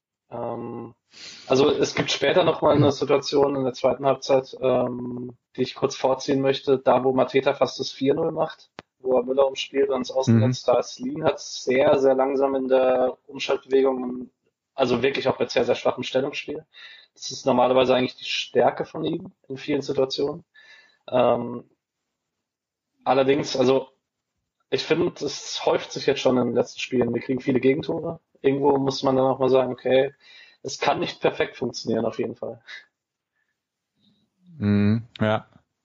B: Also es gibt später nochmal eine Situation in der zweiten Halbzeit, die ich kurz vorziehen möchte, da wo Mateta fast das 4-0 macht, wo er Müller umspielt und ins Außennetz da ist. Lien hat sehr, sehr langsam in der Umschaltbewegung, also wirklich auch mit sehr, sehr schwachem Stellungsspiel. Das ist normalerweise eigentlich die Stärke von ihm in vielen Situationen. Allerdings, also ich finde, es häuft sich jetzt schon in den letzten Spielen. Wir kriegen viele Gegentore. Irgendwo muss man dann auch mal sagen, okay, es kann nicht perfekt funktionieren, auf jeden Fall.
C: Ja.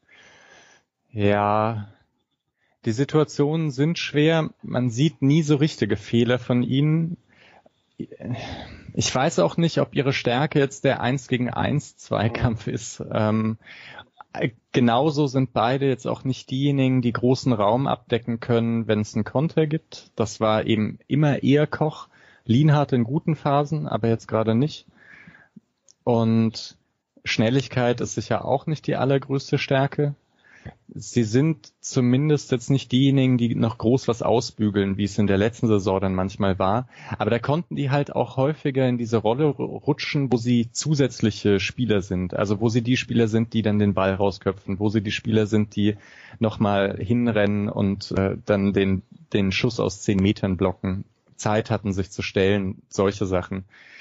C: Ja. Die Situationen sind schwer. Man sieht nie so richtige Fehler von ihnen. Ich weiß auch nicht, ob ihre Stärke jetzt der 1-gegen-1 Zweikampf ist. Genauso sind beide jetzt auch nicht diejenigen, die großen Raum abdecken können, wenn es einen Konter gibt. Das war eben immer eher Koch. Lienhardt in guten Phasen, aber jetzt gerade nicht. Und Schnelligkeit ist sicher auch nicht die allergrößte Stärke. Sie sind zumindest jetzt nicht diejenigen, die noch groß was ausbügeln, wie es in der letzten Saison dann manchmal war. Aber da konnten die halt auch häufiger in diese Rolle rutschen, wo sie zusätzliche Spieler sind. Also wo sie die Spieler sind, die dann den Ball rausköpfen, wo sie die Spieler sind, die nochmal hinrennen und dann den Schuss aus 10 Metern blocken, Zeit hatten, sich zu stellen, solche Sachen.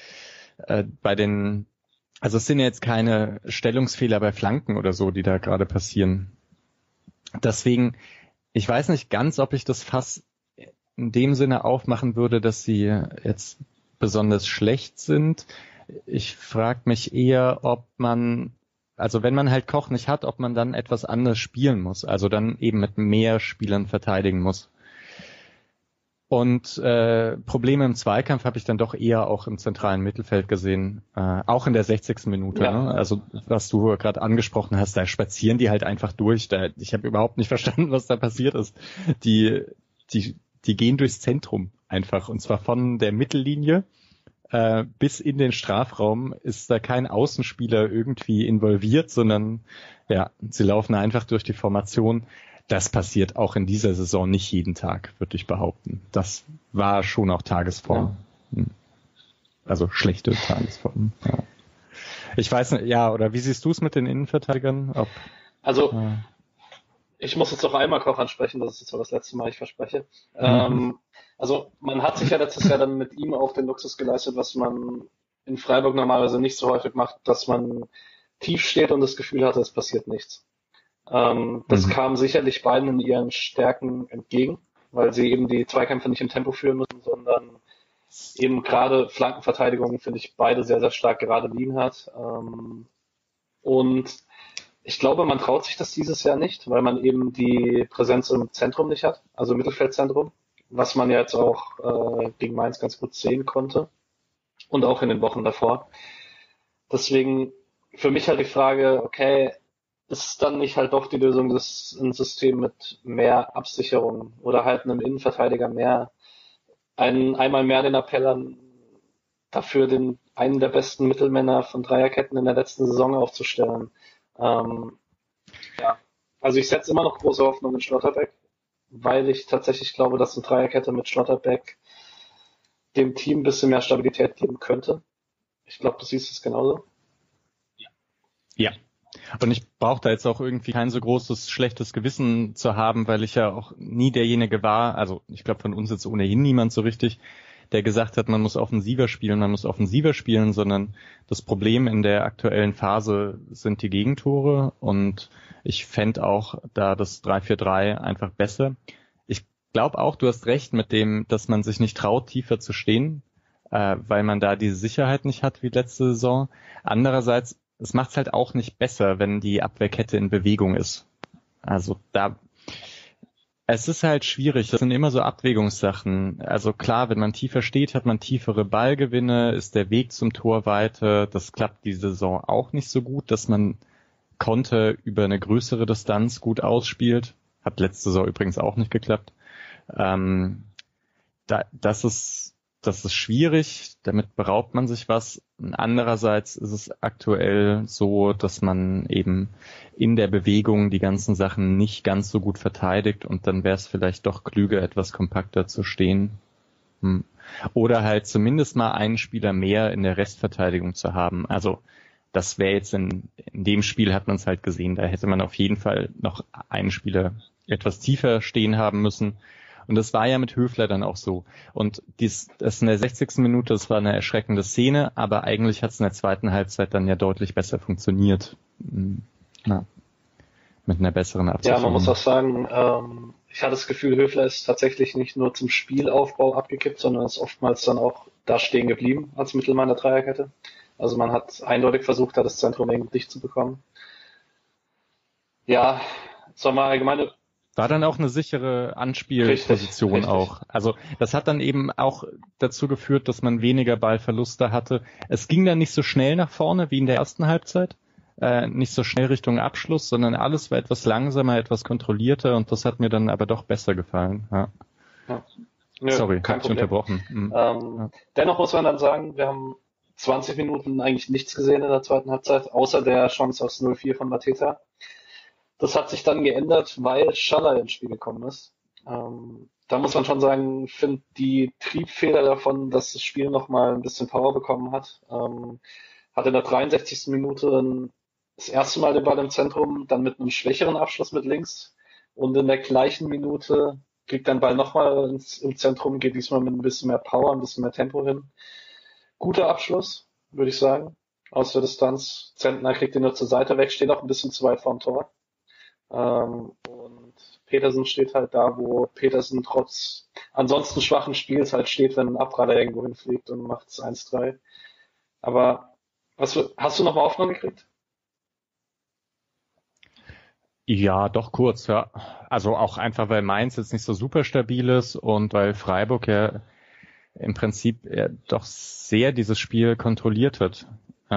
C: Also es sind jetzt keine Stellungsfehler bei Flanken oder so, die da gerade passieren. Deswegen, ich weiß nicht ganz, ob ich das Fass in dem Sinne aufmachen würde, dass sie jetzt besonders schlecht sind. Ich frage mich eher, ob man, also wenn man halt Koch nicht hat, ob man dann etwas anders spielen muss, also dann eben mit mehr Spielern verteidigen muss. Und Probleme im Zweikampf habe ich dann doch eher auch im zentralen Mittelfeld gesehen, auch in der 60. Minute. Ja. Ne? Also was du gerade angesprochen hast, da spazieren die halt einfach durch. Ich habe überhaupt nicht verstanden, was da passiert ist. Die gehen durchs Zentrum einfach, und zwar von der Mittellinie bis in den Strafraum. Ist da kein Außenspieler irgendwie involviert, sondern ja, sie laufen einfach durch die Formation. Das passiert auch in dieser Saison nicht jeden Tag, würde ich behaupten. Das war schon auch Tagesform. Ja. Also schlechte Tagesform. Ja. Ich weiß nicht, ja, oder wie siehst du es mit den Innenverteidigern?
B: Ich muss jetzt noch einmal Koch ansprechen, das ist jetzt das letzte Mal, ich verspreche. Also man hat sich ja letztes Jahr dann mit ihm auch den Luxus geleistet, was man in Freiburg normalerweise nicht so häufig macht, dass man tief steht und das Gefühl hatte, es passiert nichts. Das kam sicherlich beiden in ihren Stärken entgegen, weil sie eben die Zweikämpfe nicht im Tempo führen müssen, sondern eben gerade Flankenverteidigung, finde ich, beide sehr, sehr stark gerade liegen hat. Und ich glaube, man traut sich das dieses Jahr nicht, weil man eben die Präsenz im Zentrum nicht hat, also im Mittelfeldzentrum, was man ja jetzt auch gegen Mainz ganz gut sehen konnte und auch in den Wochen davor. Deswegen für mich halt die Frage, okay, ist dann nicht halt doch die Lösung ein System mit mehr Absicherung oder halt einem Innenverteidiger mehr, einmal mehr den Appell an, dafür einen der besten Mittelmänner von Dreierketten in der letzten Saison aufzustellen. Ja, also ich setze immer noch große Hoffnung in Schlotterbeck, weil ich tatsächlich glaube, dass eine Dreierkette mit Schlotterbeck dem Team ein bisschen mehr Stabilität geben könnte. Ich glaube, du siehst es genauso.
C: Ja. Und ich brauche da jetzt auch irgendwie kein so großes schlechtes Gewissen zu haben, weil ich ja auch nie derjenige war, also ich glaube von uns jetzt ohnehin niemand so richtig, der gesagt hat, man muss offensiver spielen, sondern das Problem in der aktuellen Phase sind die Gegentore, und ich fände auch da das 3-4-3 einfach besser. Ich glaube auch, du hast recht mit dem, dass man sich nicht traut, tiefer zu stehen, weil man da diese Sicherheit nicht hat wie letzte Saison. Andererseits, es macht es halt auch nicht besser, wenn die Abwehrkette in Bewegung ist. Also es ist halt schwierig. Das sind immer so Abwägungssachen. Also klar, wenn man tiefer steht, hat man tiefere Ballgewinne, ist der Weg zum Tor weiter. Das klappt diese Saison auch nicht so gut, dass man Konter über eine größere Distanz gut ausspielt. Hat letzte Saison übrigens auch nicht geklappt. Das ist schwierig, damit beraubt man sich was. Andererseits ist es aktuell so, dass man eben in der Bewegung die ganzen Sachen nicht ganz so gut verteidigt, und dann wäre es vielleicht doch klüger, etwas kompakter zu stehen. Oder halt zumindest mal einen Spieler mehr in der Restverteidigung zu haben. Also das wäre jetzt in dem Spiel, hat man es halt gesehen, da hätte man auf jeden Fall noch einen Spieler etwas tiefer stehen haben müssen. Und das war ja mit Höfler dann auch so. Und das in der 60. Minute, das war eine erschreckende Szene, aber eigentlich hat es in der zweiten Halbzeit dann ja deutlich besser funktioniert. Ja. Mit einer besseren Absicherung.
B: Ja, man muss auch sagen, ich hatte das Gefühl, Höfler ist tatsächlich nicht nur zum Spielaufbau abgekippt, sondern ist oftmals dann auch da stehen geblieben als Mittelmann der Dreierkette. Also man hat eindeutig versucht, da das Zentrum irgendwie dicht zu bekommen. Ja, sagen wir allgemeine.
C: War dann auch eine sichere Anspielposition richtig. Auch. Also das hat dann eben auch dazu geführt, dass man weniger Ballverluste hatte. Es ging dann nicht so schnell nach vorne wie in der ersten Halbzeit. Nicht so schnell Richtung Abschluss, sondern alles war etwas langsamer, etwas kontrollierter, und das hat mir dann aber doch besser gefallen. Ja.
B: Nö,
C: sorry,
B: kein
C: hab ich unterbrochen.
B: Dennoch muss man dann sagen, wir haben 20 Minuten eigentlich nichts gesehen in der zweiten Halbzeit, außer der Chance aus 0-4 von Mateta. Das hat sich dann geändert, weil Schaller ins Spiel gekommen ist. Da muss man schon sagen, ich finde die Triebfeder davon, dass das Spiel nochmal ein bisschen Power bekommen hat. Hat in der 63. Minute das erste Mal den Ball im Zentrum, dann mit einem schwächeren Abschluss mit links. Und in der gleichen Minute kriegt der Ball nochmal im Zentrum, geht diesmal mit ein bisschen mehr Power, ein bisschen mehr Tempo hin. Guter Abschluss, würde ich sagen, aus der Distanz. Zentner kriegt ihn nur zur Seite weg, steht auch ein bisschen zu weit vorm Tor. Und Petersen steht halt da, wo Petersen trotz ansonsten schwachen Spiels halt steht, wenn ein Abpraller irgendwo hinfliegt und macht es 1-3. Aber hast du noch mal Aufnahme gekriegt?
C: Ja, doch kurz, ja. Also auch einfach, weil Mainz jetzt nicht so super stabil ist und weil Freiburg ja im Prinzip doch sehr dieses Spiel kontrolliert hat.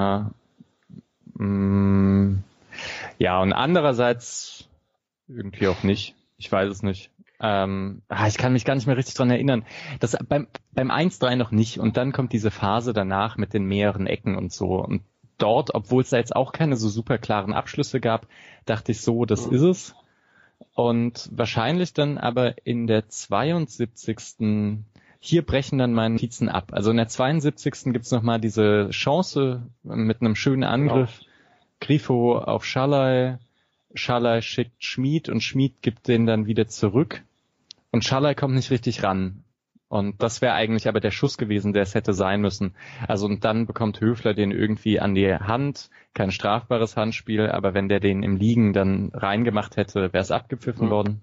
C: Ja, und andererseits irgendwie auch nicht. Ich weiß es nicht. Ich kann mich gar nicht mehr richtig dran erinnern. Das beim 1-3 noch nicht. Und dann kommt diese Phase danach mit den mehreren Ecken und so. Und dort, obwohl es da jetzt auch keine so super klaren Abschlüsse gab, dachte ich so, das ist es. Und wahrscheinlich dann aber in der 72. Hier brechen dann meine Notizen ab. Also in der 72. gibt's nochmal diese Chance mit einem schönen Angriff. Genau. Grifo auf Schalay. Schalay schickt Schmid und Schmid gibt den dann wieder zurück. Und Schalay kommt nicht richtig ran. Und das wäre eigentlich aber der Schuss gewesen, der es hätte sein müssen. Also und dann bekommt Höfler den irgendwie an die Hand. Kein strafbares Handspiel, aber wenn der den im Liegen dann reingemacht hätte, wäre es abgepfiffen worden.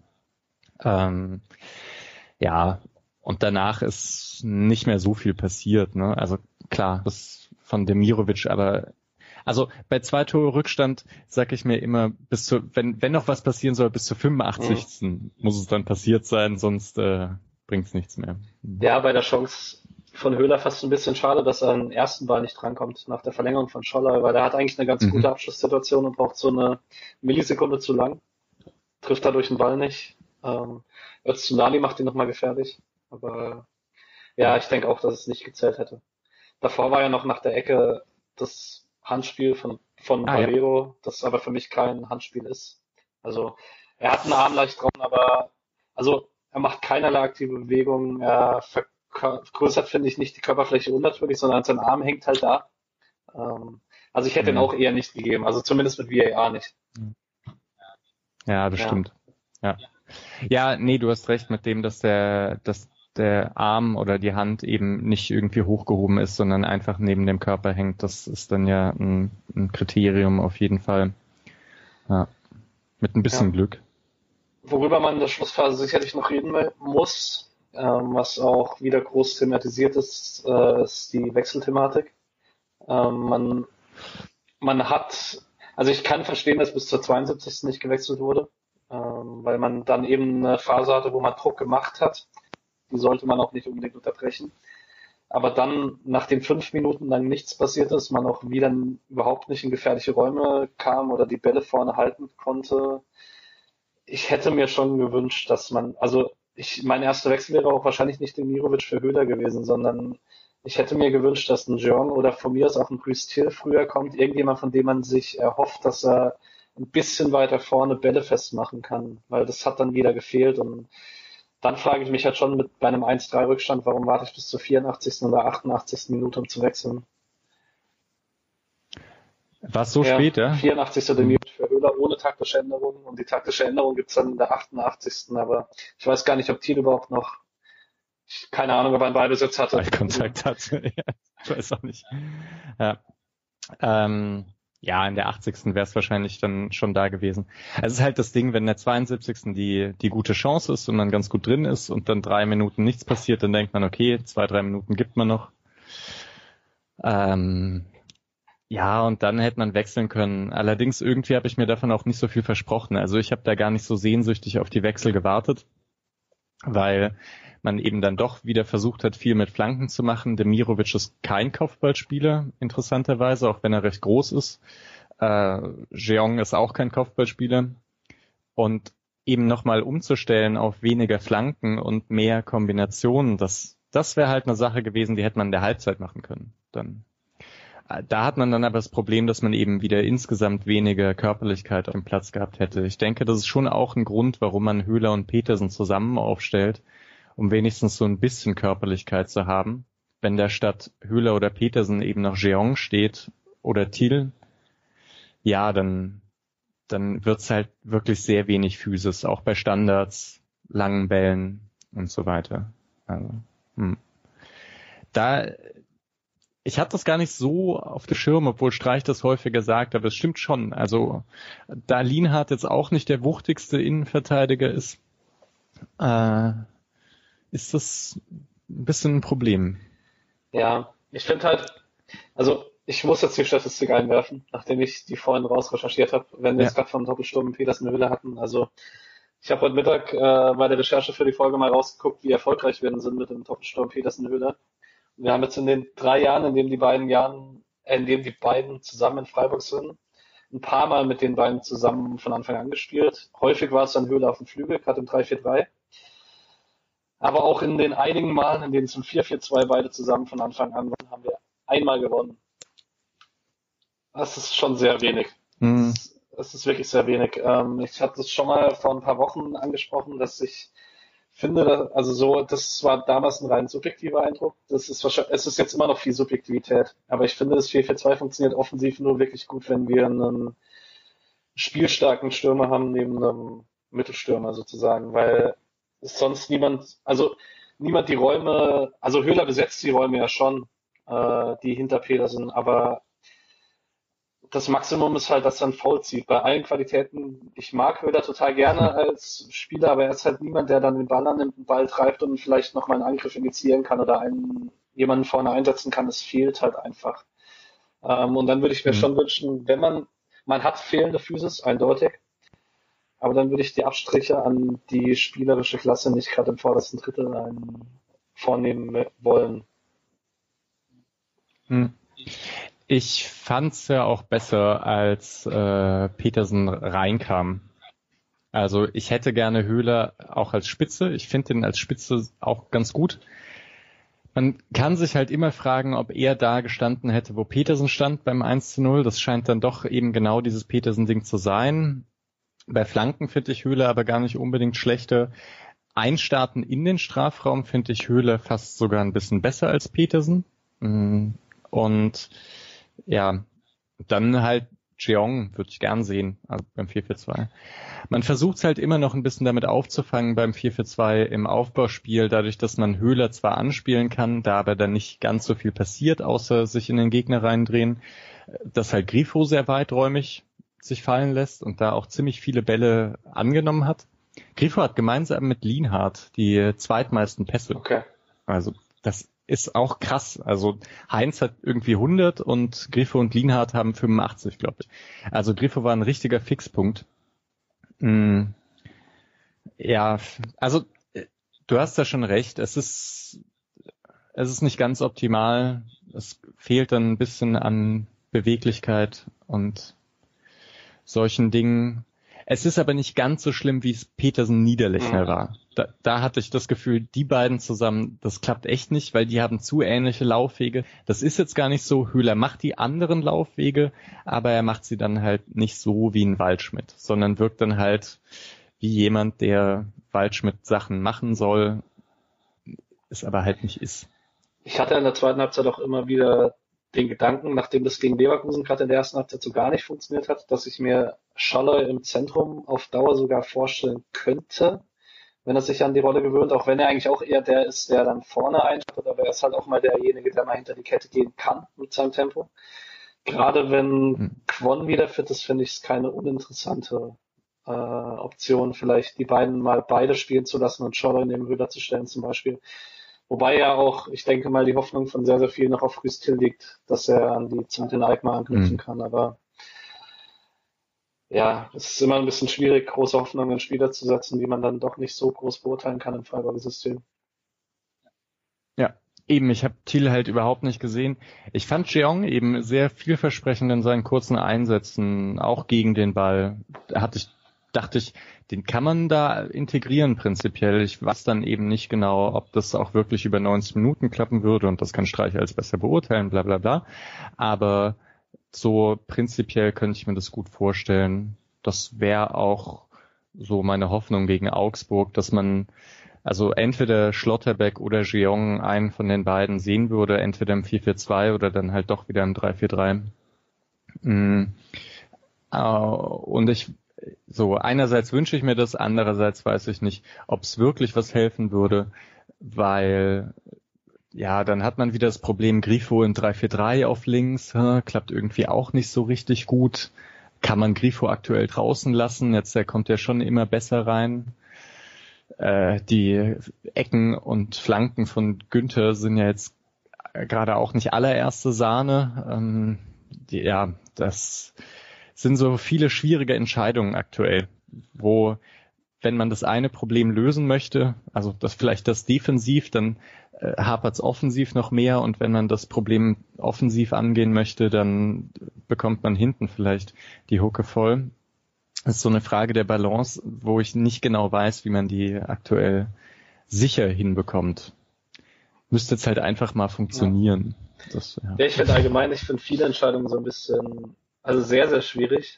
C: Ja, und danach ist nicht mehr so viel passiert. Ne? Also klar, das von Demirovic, aber also bei 2 Tore Rückstand sag ich mir immer, wenn noch was passieren soll, bis zur 85. Muss es dann passiert sein, sonst bringt's nichts mehr.
B: Ja, bei der Chance von Höhler fast ein bisschen schade, dass er an den ersten Ball nicht drankommt nach der Verlängerung von Scholler, weil der hat eigentlich eine ganz gute Abschlusssituation und braucht so eine Millisekunde zu lang. Trifft dadurch den Ball nicht. Öztunali macht ihn nochmal gefährlich. Aber ja, ich denke auch, dass es nicht gezählt hätte. Davor war ja noch nach der Ecke das Handspiel von Valero, ja. Das aber für mich kein Handspiel ist. Also er hat einen Arm leicht drauf, aber also er macht keinerlei aktive Bewegung, er vergrößert, finde ich, nicht die Körperfläche unnatürlich, sondern sein Arm hängt halt da. Also ich hätte ihn auch eher nicht gegeben, also zumindest mit VAR nicht.
C: Ja, das stimmt. Ja, nee, du hast recht mit dem, dass der Arm oder die Hand eben nicht irgendwie hochgehoben ist, sondern einfach neben dem Körper hängt. Das ist dann ja ein Kriterium auf jeden Fall. Ja, mit ein bisschen Glück. Worüber man in der Schlussphase sicherlich noch reden muss, was auch wieder groß thematisiert ist, ist die Wechselthematik. Man hat, also ich kann verstehen, dass bis zur 72. nicht gewechselt wurde, weil man dann eben eine Phase hatte, wo man Druck gemacht hat. Die sollte man auch nicht unbedingt unterbrechen. Aber dann, nachdem 5 Minuten lang nichts passiert ist, man auch wieder überhaupt nicht in gefährliche Räume kam oder die Bälle vorne halten konnte, ich hätte mir schon gewünscht, dass mein erster Wechsel wäre auch wahrscheinlich nicht Demirovic für Höhler gewesen, sondern ich hätte mir gewünscht, dass ein Jeong oder von mir aus auch ein Christil früher kommt, irgendjemand, von dem man sich erhofft, dass er ein bisschen weiter vorne Bälle festmachen kann, weil das hat dann wieder gefehlt und dann frage ich mich halt schon bei einem 1-3 Rückstand, warum warte ich bis zur 84. oder 88. Minute, um zu wechseln? War es so spät, ja?
B: 84. Minute für Höhler ohne taktische Änderung und die taktische Änderung gibt's dann in der 88. Aber ich weiß gar nicht, ob Thiel überhaupt noch, keine Ahnung, ob er einen Ballbesitz hatte.
C: Kontakt hatte, ja, ich weiß auch nicht. Ja. Ja, in der 80. wäre es wahrscheinlich dann schon da gewesen. Es ist halt das Ding, wenn in der 72. die gute Chance ist und man ganz gut drin ist und dann 3 Minuten nichts passiert, dann denkt man, okay, 2-3 Minuten gibt man noch. Ja, und dann hätte man wechseln können. Allerdings irgendwie habe ich mir davon auch nicht so viel versprochen. Also ich habe da gar nicht so sehnsüchtig auf die Wechsel gewartet, weil man eben dann doch wieder versucht hat, viel mit Flanken zu machen. Demirovic ist kein Kopfballspieler, interessanterweise, auch wenn er recht groß ist. Jeong ist auch kein Kopfballspieler. Und eben nochmal umzustellen auf weniger Flanken und mehr Kombinationen, das wäre halt eine Sache gewesen, die hätte man in der Halbzeit machen können. Dann. Da hat man dann aber das Problem, dass man eben wieder insgesamt weniger Körperlichkeit auf dem Platz gehabt hätte. Ich denke, das ist schon auch ein Grund, warum man Höhler und Petersen zusammen aufstellt, um wenigstens so ein bisschen Körperlichkeit zu haben. Wenn da statt Höhler oder Petersen eben noch Jeong steht oder Thiel, ja, dann wird's halt wirklich sehr wenig Physis, auch bei Standards, langen Bällen und so weiter. Also, ich hatte das gar nicht so auf dem Schirm, obwohl Streich das häufiger sagt, aber es stimmt schon. Also, da Lienhardt jetzt auch nicht der wuchtigste Innenverteidiger ist, ist das ein bisschen ein Problem.
B: Ja, ich finde halt, also ich muss jetzt die Statistik einwerfen, nachdem ich die vorhin raus recherchiert habe, wenn wir jetzt gerade von Doppelsturm Petersen Höhle hatten. Also ich habe heute Mittag bei der Recherche für die Folge mal rausgeguckt, wie erfolgreich wir denn sind mit dem Doppelsturm Petersen Höhle. Wir haben jetzt in den 3 Jahren, in dem die beiden zusammen in Freiburg sind, ein paar Mal mit den beiden zusammen von Anfang an gespielt. Häufig war es dann Höhle auf dem Flügel, gerade im 3-4-3. Aber auch in den einigen Malen, in denen es im 4-4-2 beide zusammen von Anfang an waren, haben wir einmal gewonnen. Das ist schon sehr wenig. Das ist wirklich sehr wenig. Ich hatte das schon mal vor ein paar Wochen angesprochen, dass ich finde, das war damals ein rein subjektiver Eindruck. Es ist jetzt immer noch viel Subjektivität. Aber ich finde, das 4-4-2 funktioniert offensiv nur wirklich gut, wenn wir einen spielstarken Stürmer haben neben einem Mittelstürmer sozusagen, weil sonst niemand die Räume, also Höhler besetzt die Räume ja schon, die hinter Petersen, aber das Maximum ist halt, dass er ein Foul zieht. Bei allen Qualitäten, ich mag Höhler total gerne als Spieler, aber er ist halt niemand, der dann den Ball annimmt, den Ball treibt und vielleicht nochmal einen Angriff initiieren kann oder jemanden vorne einsetzen kann. Es fehlt halt einfach. Und dann würde ich mir schon wünschen, man hat fehlende Physis, eindeutig, aber dann würde ich die Abstriche an die spielerische Klasse nicht gerade im vordersten Drittel vornehmen wollen.
C: Ich fand's ja auch besser, als Petersen reinkam. Also ich hätte gerne Höhler auch als Spitze. Ich finde ihn als Spitze auch ganz gut. Man kann sich halt immer fragen, ob er da gestanden hätte, wo Petersen stand beim 1:0. Das scheint dann doch eben genau dieses Petersen-Ding zu sein. Bei Flanken finde ich Höhler aber gar nicht unbedingt schlechter. Einstarten in den Strafraum finde ich Höhler fast sogar ein bisschen besser als Petersen. Und ja, dann halt Jeong würde ich gern sehen, also beim 4-4-2. Man versucht es halt immer noch ein bisschen damit aufzufangen beim 4-4-2 im Aufbauspiel, dadurch, dass man Höhler zwar anspielen kann, da aber dann nicht ganz so viel passiert, außer sich in den Gegner reindrehen, dass halt Grifo sehr weiträumig sich fallen lässt und da auch ziemlich viele Bälle angenommen hat. Grifo hat gemeinsam mit Lienhardt die zweitmeisten Pässe.
B: Okay.
C: Also das ist auch krass. Also Heinz hat irgendwie 100 und Grifo und Lienhardt haben 85, glaube ich. Also Grifo war ein richtiger Fixpunkt. Ja, also du hast da schon recht. Es ist nicht ganz optimal. Es fehlt dann ein bisschen an Beweglichkeit und solchen Dingen. Es ist aber nicht ganz so schlimm, wie es Petersen-Niederlechner war. Da hatte ich das Gefühl, die beiden zusammen, das klappt echt nicht, weil die haben zu ähnliche Laufwege. Das ist jetzt gar nicht so. Höhler macht die anderen Laufwege, aber er macht sie dann halt nicht so wie ein Waldschmidt, sondern wirkt dann halt wie jemand, der Waldschmidt Sachen machen soll, es aber halt nicht ist.
B: Ich hatte in der zweiten Halbzeit auch immer wieder den Gedanken, nachdem das gegen Leverkusen gerade in der ersten Halbzeit so gar nicht funktioniert hat, dass ich mir Schaller im Zentrum auf Dauer sogar vorstellen könnte, wenn er sich an die Rolle gewöhnt, auch wenn er eigentlich auch eher der ist, der dann vorne einschaltet, aber er ist halt auch mal derjenige, der mal hinter die Kette gehen kann mit seinem Tempo. Gerade wenn Kwon wieder fit ist, finde ich es keine uninteressante Option, vielleicht die beiden mal beide spielen zu lassen und Schaller neben Höhler zu stellen zum Beispiel. Wobei ja auch, ich denke mal, die Hoffnung von sehr, sehr vielen noch auf Rüstil liegt, dass er an die Zentren Alkmaar anknüpfen kann. Aber ja, es ist immer ein bisschen schwierig, große Hoffnungen in Spieler zu setzen, die man dann doch nicht so groß beurteilen kann im Freiburger System.
C: Ja, eben, ich habe Thiel halt überhaupt nicht gesehen. Ich fand Jeong eben sehr vielversprechend in seinen kurzen Einsätzen, auch gegen den Ball. Da hatte ich dachte ich, den kann man da integrieren prinzipiell. Ich weiß dann eben nicht genau, ob das auch wirklich über 90 Minuten klappen würde und das kann Streich als besser beurteilen, bla bla bla. Aber so prinzipiell könnte ich mir das gut vorstellen. Das wäre auch so meine Hoffnung gegen Augsburg, dass man also entweder Schlotterbeck oder Jeong einen von den beiden sehen würde, entweder im 4-4-2 oder dann halt doch wieder im 3-4-3. Und so einerseits wünsche ich mir das, andererseits weiß ich nicht, ob es wirklich was helfen würde, weil ja, dann hat man wieder das Problem Grifo in 3-4-3 auf links, klappt irgendwie auch nicht so richtig gut. Kann man Grifo aktuell draußen lassen? Jetzt kommt er schon immer besser rein. Die Ecken und Flanken von Günther sind ja jetzt gerade auch nicht allererste Sahne. Das sind so viele schwierige Entscheidungen aktuell, wo, wenn man das eine Problem lösen möchte, also das vielleicht das defensiv, dann hapert es offensiv noch mehr und wenn man das Problem offensiv angehen möchte, dann bekommt man hinten vielleicht die Hucke voll. Das ist so eine Frage der Balance, wo ich nicht genau weiß, wie man die aktuell sicher hinbekommt. Müsste jetzt halt einfach mal funktionieren.
B: Ja, ich finde viele Entscheidungen so ein bisschen, also sehr, sehr schwierig.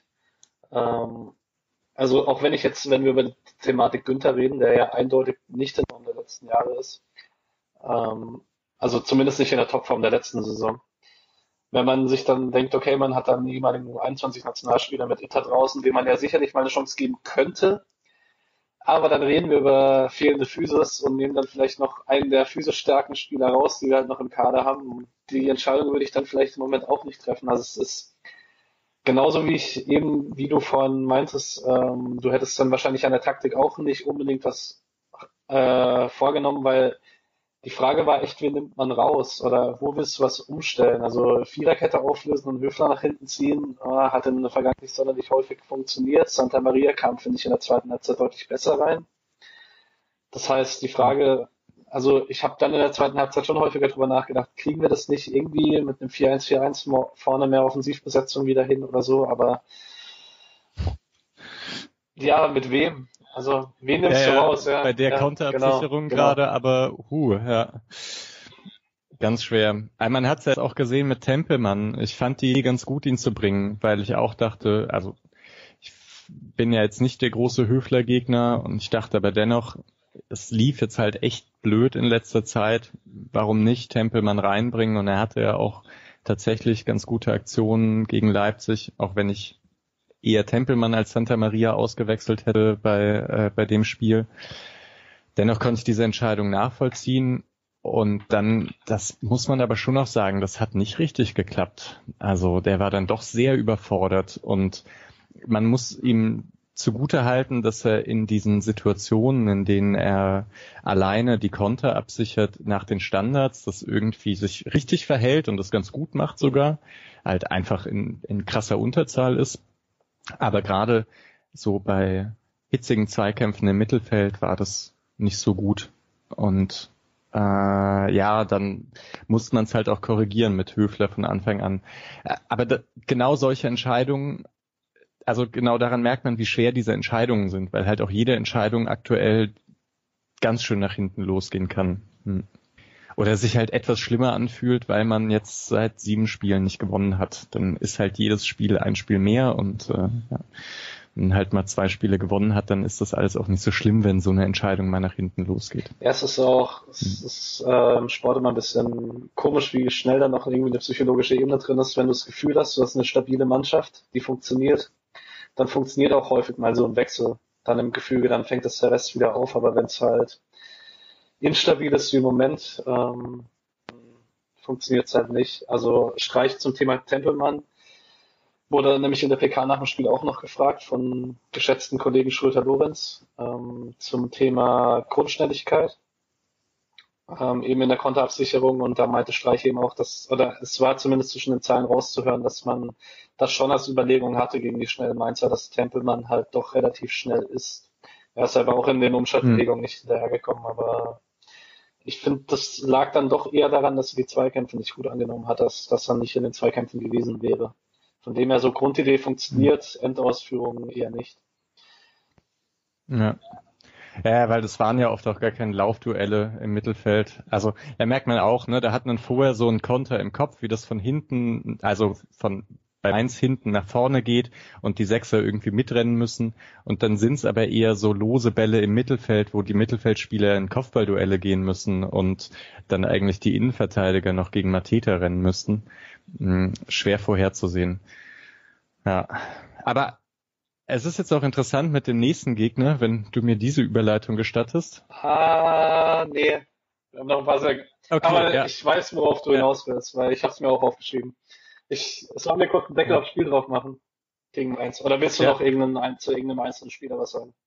B: Also auch wenn wir über die Thematik Günther reden, der ja eindeutig nicht in Form der letzten Jahre ist, also zumindest nicht in der Topform der letzten Saison. Wenn man sich dann denkt, okay, man hat dann einen ehemaligen U21-Nationalspieler mit Itter draußen, dem man ja sicherlich mal eine Chance geben könnte, aber dann reden wir über fehlende Physis und nehmen dann vielleicht noch einen der physisch starken Spieler raus, die wir halt noch im Kader haben. Die Entscheidung würde ich dann vielleicht im Moment auch nicht treffen. Also es ist genauso wie du vorhin meintest, du hättest dann wahrscheinlich an der Taktik auch nicht unbedingt was vorgenommen, weil die Frage war echt, wen nimmt man raus oder wo willst du was umstellen? Also Viererkette auflösen und Höfler nach hinten ziehen, hat in der Vergangenheit nicht sonderlich häufig funktioniert. Santa Maria kam, finde ich, in der zweiten Halbzeit deutlich besser rein. Das heißt, die Frage, also ich habe dann in der zweiten Halbzeit schon häufiger drüber nachgedacht, kriegen wir das nicht irgendwie mit einem 4-1-4-1 vorne mehr Offensivbesetzung wieder hin oder so, aber ja, mit wem? Also, wen nimmst du raus? Ja,
C: bei der Konterabsicherung
B: genau.
C: gerade, aber ganz schwer. Man hat es ja auch gesehen mit Tempelmann. Ich fand die ganz gut, ihn zu bringen, weil ich auch dachte, also ich bin ja jetzt nicht der große Höfler-Gegner und ich dachte aber dennoch, es lief jetzt halt echt blöd in letzter Zeit. Warum nicht Tempelmann reinbringen? Und er hatte ja auch tatsächlich ganz gute Aktionen gegen Leipzig, auch wenn ich eher Tempelmann als Santa Maria ausgewechselt hätte bei dem Spiel. Dennoch konnte ich diese Entscheidung nachvollziehen. Und dann, das muss man aber schon noch sagen, das hat nicht richtig geklappt. Also der war dann doch sehr überfordert und man muss ihm zugute halten, dass er in diesen Situationen, in denen er alleine die Konter absichert nach den Standards, das irgendwie sich richtig verhält und das ganz gut macht sogar, halt einfach in krasser Unterzahl ist. Aber gerade so bei hitzigen Zweikämpfen im Mittelfeld war das nicht so gut. Und dann muss man es halt auch korrigieren mit Höfler von Anfang an. Aber genau solche Entscheidungen, also genau daran merkt man, wie schwer diese Entscheidungen sind, weil halt auch jede Entscheidung aktuell ganz schön nach hinten losgehen kann. Oder sich halt etwas schlimmer anfühlt, weil man jetzt seit 7 Spielen nicht gewonnen hat. Dann ist halt jedes Spiel ein Spiel mehr und wenn halt mal 2 Spiele gewonnen hat, dann ist das alles auch nicht so schlimm, wenn so eine Entscheidung mal nach hinten losgeht.
B: Ja, es ist im Sport immer ein bisschen komisch, wie schnell dann noch irgendwie eine psychologische Ebene drin ist, wenn du das Gefühl hast, du hast eine stabile Mannschaft, die funktioniert, dann funktioniert auch häufig mal so ein Wechsel dann im Gefüge, dann fängt das der Rest wieder auf, aber wenn es halt instabil ist wie im Moment, funktioniert es halt nicht. Also Streich zum Thema Tempelmann wurde nämlich in der PK nach dem Spiel auch noch gefragt von geschätzten Kollegen Schröter-Lorenz zum Thema Grundschnelligkeit, eben in der Konterabsicherung und da meinte Streich eben auch, oder es war zumindest zwischen den Zeilen rauszuhören, dass man das schon als Überlegung hatte gegen die schnellen Mainzer, dass Tempelmann halt doch relativ schnell ist. Er ist aber auch in den Umschaltbewegungen nicht hinterhergekommen, aber ich finde, das lag dann doch eher daran, dass er die Zweikämpfe nicht gut angenommen hat, dass er nicht in den Zweikämpfen gewesen wäre. Von dem her so Grundidee funktioniert, Endausführung eher nicht.
C: Ja. Ja, weil das waren ja oft auch gar keine Laufduelle im Mittelfeld. Also da merkt man auch, ne, da hat man vorher so einen Konter im Kopf, wie das von hinten, also von bei Mainz hinten nach vorne geht und die Sechser irgendwie mitrennen müssen. Und dann sind es aber eher so lose Bälle im Mittelfeld, wo die Mittelfeldspieler in Kopfballduelle gehen müssen und dann eigentlich die Innenverteidiger noch gegen Mateta rennen müssten. Schwer vorherzusehen. Ja. Aber es ist jetzt auch interessant mit dem nächsten Gegner, wenn du mir diese Überleitung gestattest.
B: Nee. Wir haben noch ein paar sehr,
C: Okay,
B: aber
C: ja,
B: ich weiß, worauf du
C: ja,
B: hinaus willst, weil ich habe es mir auch aufgeschrieben. Sollen wir kurz einen Deckel
C: ja,
B: aufs Spiel drauf machen? Gegen eins. Oder willst du
C: ja.
B: noch zu irgendeinem einzelnen Spieler was sagen?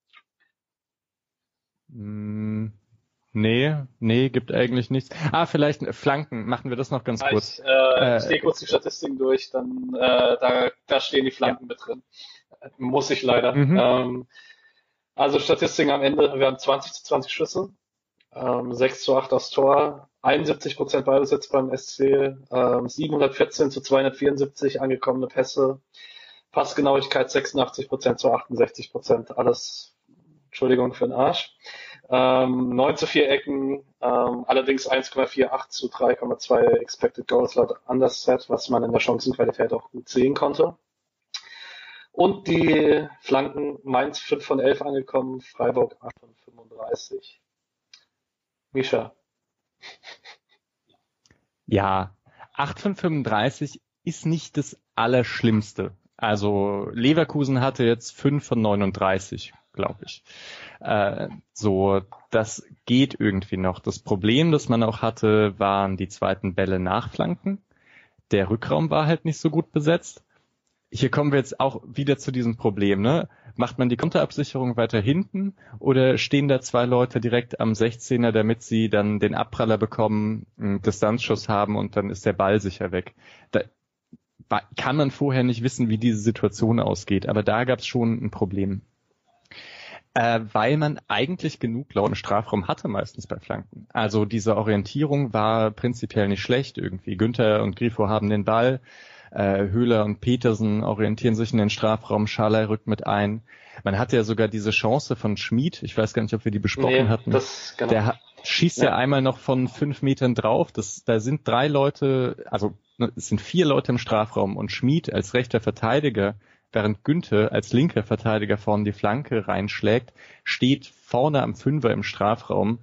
C: Mm, nee, gibt eigentlich nichts. Ah, vielleicht Flanken. Machen wir das noch ganz
B: Ah,
C: kurz.
B: ich gehe kurz die Statistiken durch, dann da stehen die
C: Ja.
B: Flanken mit drin. Muss ich leider.
C: Mhm.
B: Also Statistiken am Ende, wir haben 20 zu 20 Schüsse, 6 zu 8 aufs Tor, 71% Ballbesitz beim SC, 714 zu 274 angekommene Pässe, Passgenauigkeit 86% zu 68%, alles, Entschuldigung für den Arsch. 9 zu 4 Ecken, allerdings 1,48 zu 3,2 Expected Goals laut Underset, was man in der Chancenqualität auch gut sehen konnte. Und die Flanken, Mainz 5 von 11 angekommen, Freiburg 8 von 35. Misha.
C: Ja, 8 von 35 ist nicht das Allerschlimmste. Also Leverkusen hatte jetzt 5 von 39, glaube ich. So, das geht irgendwie noch. Das Problem, das man auch hatte, waren die zweiten Bälle nach Flanken. Der Rückraum war halt nicht so gut besetzt. Hier kommen wir jetzt auch wieder zu diesem Problem, ne? Macht man die Konterabsicherung weiter hinten oder stehen da zwei Leute direkt am 16er, damit sie dann den Abpraller bekommen, einen Distanzschuss haben und dann ist der Ball sicher weg. Da kann man vorher nicht wissen, wie diese Situation ausgeht, aber da gab es schon ein Problem. Weil man eigentlich genug lauten Strafraum hatte meistens bei Flanken. Also diese Orientierung war prinzipiell nicht schlecht irgendwie. Günther und Grifo haben den Ball, Höhler und Petersen orientieren sich in den Strafraum, Schalay rückt mit ein. Man hatte ja sogar diese Chance von Schmid, ich weiß gar nicht, ob wir die besprochen
B: Nee,
C: hatten.
B: genau.
C: Der schießt ja
B: Ja.
C: einmal noch von 5 Metern drauf. Da sind 3 Leute, also es sind 4 Leute im Strafraum und Schmid als rechter Verteidiger, während Günther als linker Verteidiger vorne die Flanke reinschlägt, steht vorne am Fünfer im Strafraum.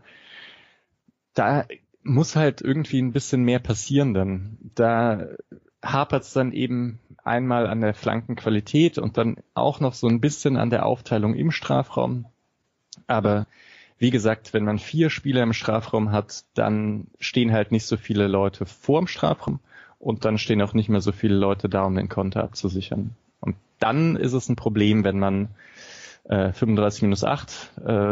C: Da muss halt irgendwie ein bisschen mehr passieren dann. Da hapert es dann eben einmal an der Flankenqualität und dann auch noch so ein bisschen an der Aufteilung im Strafraum. Aber wie gesagt, wenn man 4 Spieler im Strafraum hat, dann stehen halt nicht so viele Leute vorm Strafraum und dann stehen auch nicht mehr so viele Leute da, um den Konter abzusichern. Und dann ist es ein Problem, wenn man 35 minus 8,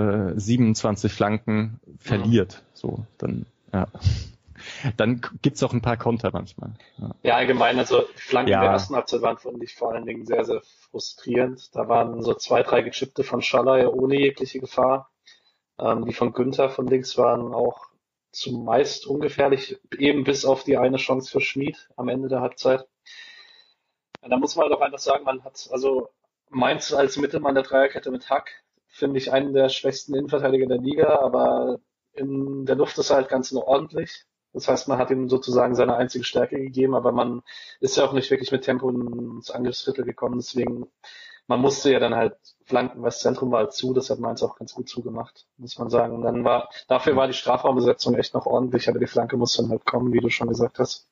C: 27 Flanken verliert. So, dann, ja. Dann gibt's auch ein paar Konter manchmal. Ja,
B: Ja, allgemein, also die Flanken der
C: ja,
B: ersten Halbzeit waren, fand ich, vor allen Dingen sehr, sehr frustrierend. Da waren so 2, 3 Gechippte von Schalay ohne jegliche Gefahr. Die von Günther von links waren auch zumeist ungefährlich, eben bis auf die eine Chance für Schmid am Ende der Halbzeit. Ja, da muss man doch einfach sagen, man hat, also Mainz als Mittelmann der Dreierkette mit Hack, finde ich einen der schwächsten Innenverteidiger der Liga, aber in der Luft ist er halt ganz nur ordentlich. Das heißt, man hat ihm sozusagen seine einzige Stärke gegeben, aber man ist ja auch nicht wirklich mit Tempo ins Angriffsdrittel gekommen. Deswegen, man musste ja dann halt flanken, weil das Zentrum war halt zu, das hat Mainz auch ganz gut zugemacht, muss man sagen. Und dann dafür war die Strafraumbesetzung echt noch ordentlich, aber die Flanke muss dann halt kommen, wie du schon gesagt hast.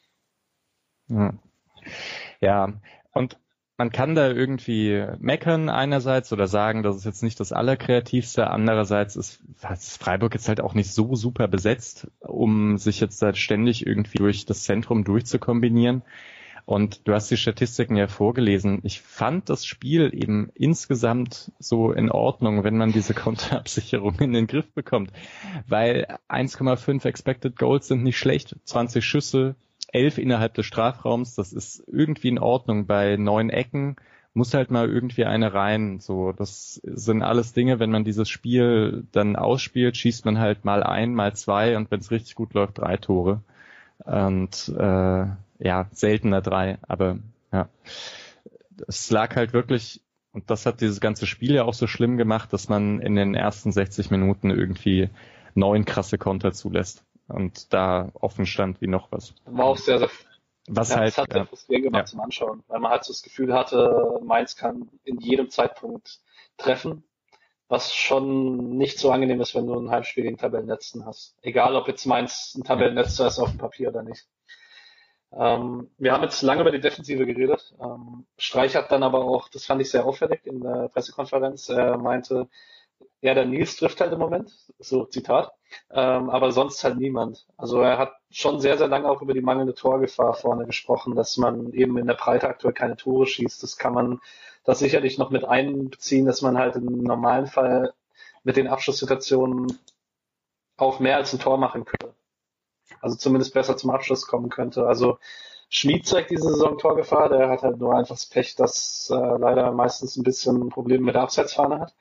C: ja. Ja, und man kann da irgendwie meckern einerseits oder sagen, das ist jetzt nicht das Allerkreativste. Andererseits ist Freiburg jetzt halt auch nicht so super besetzt, um sich jetzt da ständig irgendwie durch das Zentrum durchzukombinieren. Und du hast die Statistiken ja vorgelesen. Ich fand das Spiel eben insgesamt so in Ordnung, wenn man diese Konterabsicherung in den Griff bekommt. Weil 1,5 Expected Goals sind nicht schlecht, 20 Schüsse, 11 innerhalb des Strafraums, das ist irgendwie in Ordnung. Bei 9 Ecken muss halt mal irgendwie eine rein. So, das sind alles Dinge, wenn man dieses Spiel dann ausspielt, schießt man halt mal ein, mal zwei und wenn es richtig gut läuft, 3 Tore. Und ja, seltener 3, aber ja. Es lag halt wirklich Und das hat dieses ganze Spiel ja auch so schlimm gemacht, dass man in den ersten 60 Minuten irgendwie 9 krasse Konter zulässt und da offen stand wie noch was.
B: War auch sehr, sehr,
C: Was
B: ja,
C: halt,
B: das hat sehr frustrierend gemacht zum Anschauen, weil man halt so das Gefühl hatte, Mainz kann in jedem Zeitpunkt treffen, was schon nicht so angenehm ist, wenn du ein Heimspiel gegen Tabellenletzten hast. Egal, ob jetzt Mainz ein Tabellenletzter ist auf dem Papier oder nicht. Wir haben jetzt lange über die Defensive geredet. Streich hat dann aber auch, das fand ich sehr auffällig in der Pressekonferenz, er meinte, ja, der Nils trifft halt im Moment, so Zitat, aber sonst halt niemand. Also er hat schon sehr, sehr lange auch über die mangelnde Torgefahr vorne gesprochen, dass man eben in der Breite aktuell keine Tore schießt. Das kann man das sicherlich noch mit einbeziehen, dass man halt im normalen Fall mit den Abschlusssituationen auch mehr als ein Tor machen könnte. Also zumindest besser zum Abschluss kommen könnte. Also Schmid zeigt diese Saison Torgefahr, der hat halt nur einfach das Pech, dass leider meistens ein bisschen Probleme mit der Abseitsfahne hat.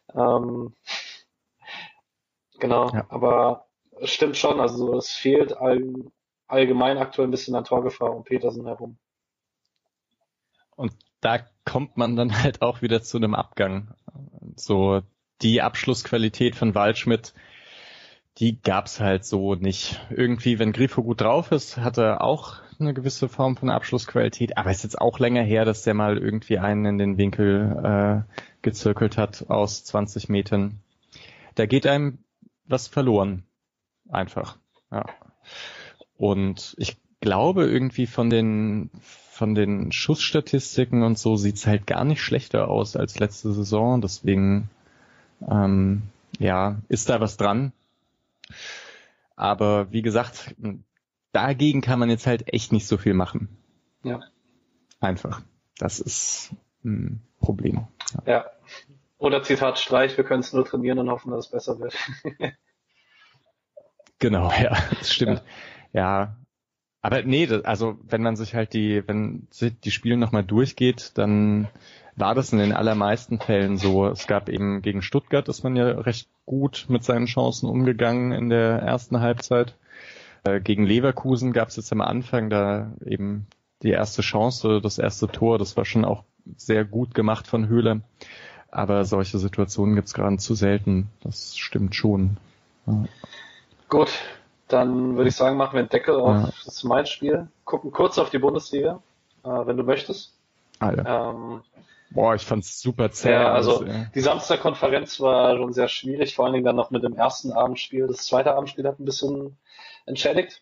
B: Genau,
C: ja.
B: Aber es stimmt schon, also es fehlt allgemein aktuell ein bisschen an Torgefahr um Petersen herum.
C: Und da kommt man dann halt auch wieder zu einem Abgang. So die Abschlussqualität von Waldschmidt, die gab's halt so nicht. Irgendwie, wenn Grifo gut drauf ist, hat er auch eine gewisse Form von Abschlussqualität. Aber es ist jetzt auch länger her, dass der mal irgendwie einen in den Winkel gezirkelt hat aus 20 Metern. Da geht einem was verloren. Einfach. Ja. Und ich glaube irgendwie von den Schussstatistiken und so sieht's halt gar nicht schlechter aus als letzte Saison. Deswegen, ist da was dran. Aber wie gesagt, dagegen kann man jetzt halt echt nicht so viel machen.
B: Ja.
C: Einfach. Das ist ein Problem.
B: Ja. Oder Zitat Streich, wir können es nur trainieren und hoffen, dass es besser wird.
C: Genau, ja, das stimmt. Ja. Aber nee, also wenn man sich halt wenn die Spiele nochmal durchgeht, dann war das in den allermeisten Fällen so. Es gab eben gegen Stuttgart, ist man ja recht gut mit seinen Chancen umgegangen in der ersten Halbzeit. Gegen Leverkusen gab es jetzt am Anfang da eben die erste Chance, das erste Tor. Das war schon auch sehr gut gemacht von Höhler. Aber solche Situationen gibt's gerade zu selten. Das stimmt schon. Ja.
B: Gut, dann würde ich sagen, machen wir einen Deckel auf das Mainz-Spiel. Gucken kurz auf die Bundesliga, wenn du möchtest.
C: Ich fand's super zäh.
B: Ja, also die Samstagkonferenz war schon sehr schwierig, vor allen Dingen dann noch mit dem ersten Abendspiel. Das zweite Abendspiel hat ein bisschen entschädigt.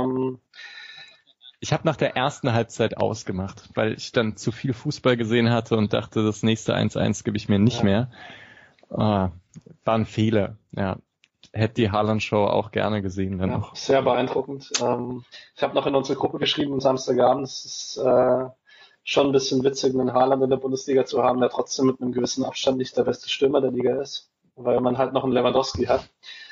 C: Ich habe nach der ersten Halbzeit ausgemacht, weil ich dann zu viel Fußball gesehen hatte und dachte, das nächste 1-1 gebe ich mir nicht mehr. War ein Fehler, ja. Hätte die Haaland-Show auch gerne gesehen. Dann noch.
B: Sehr beeindruckend. Ich habe noch in unsere Gruppe geschrieben am Samstagabend, es ist schon ein bisschen witzig, einen Haaland in der Bundesliga zu haben, der trotzdem mit einem gewissen Abstand nicht der beste Stürmer der Liga ist, weil man halt noch einen Lewandowski hat.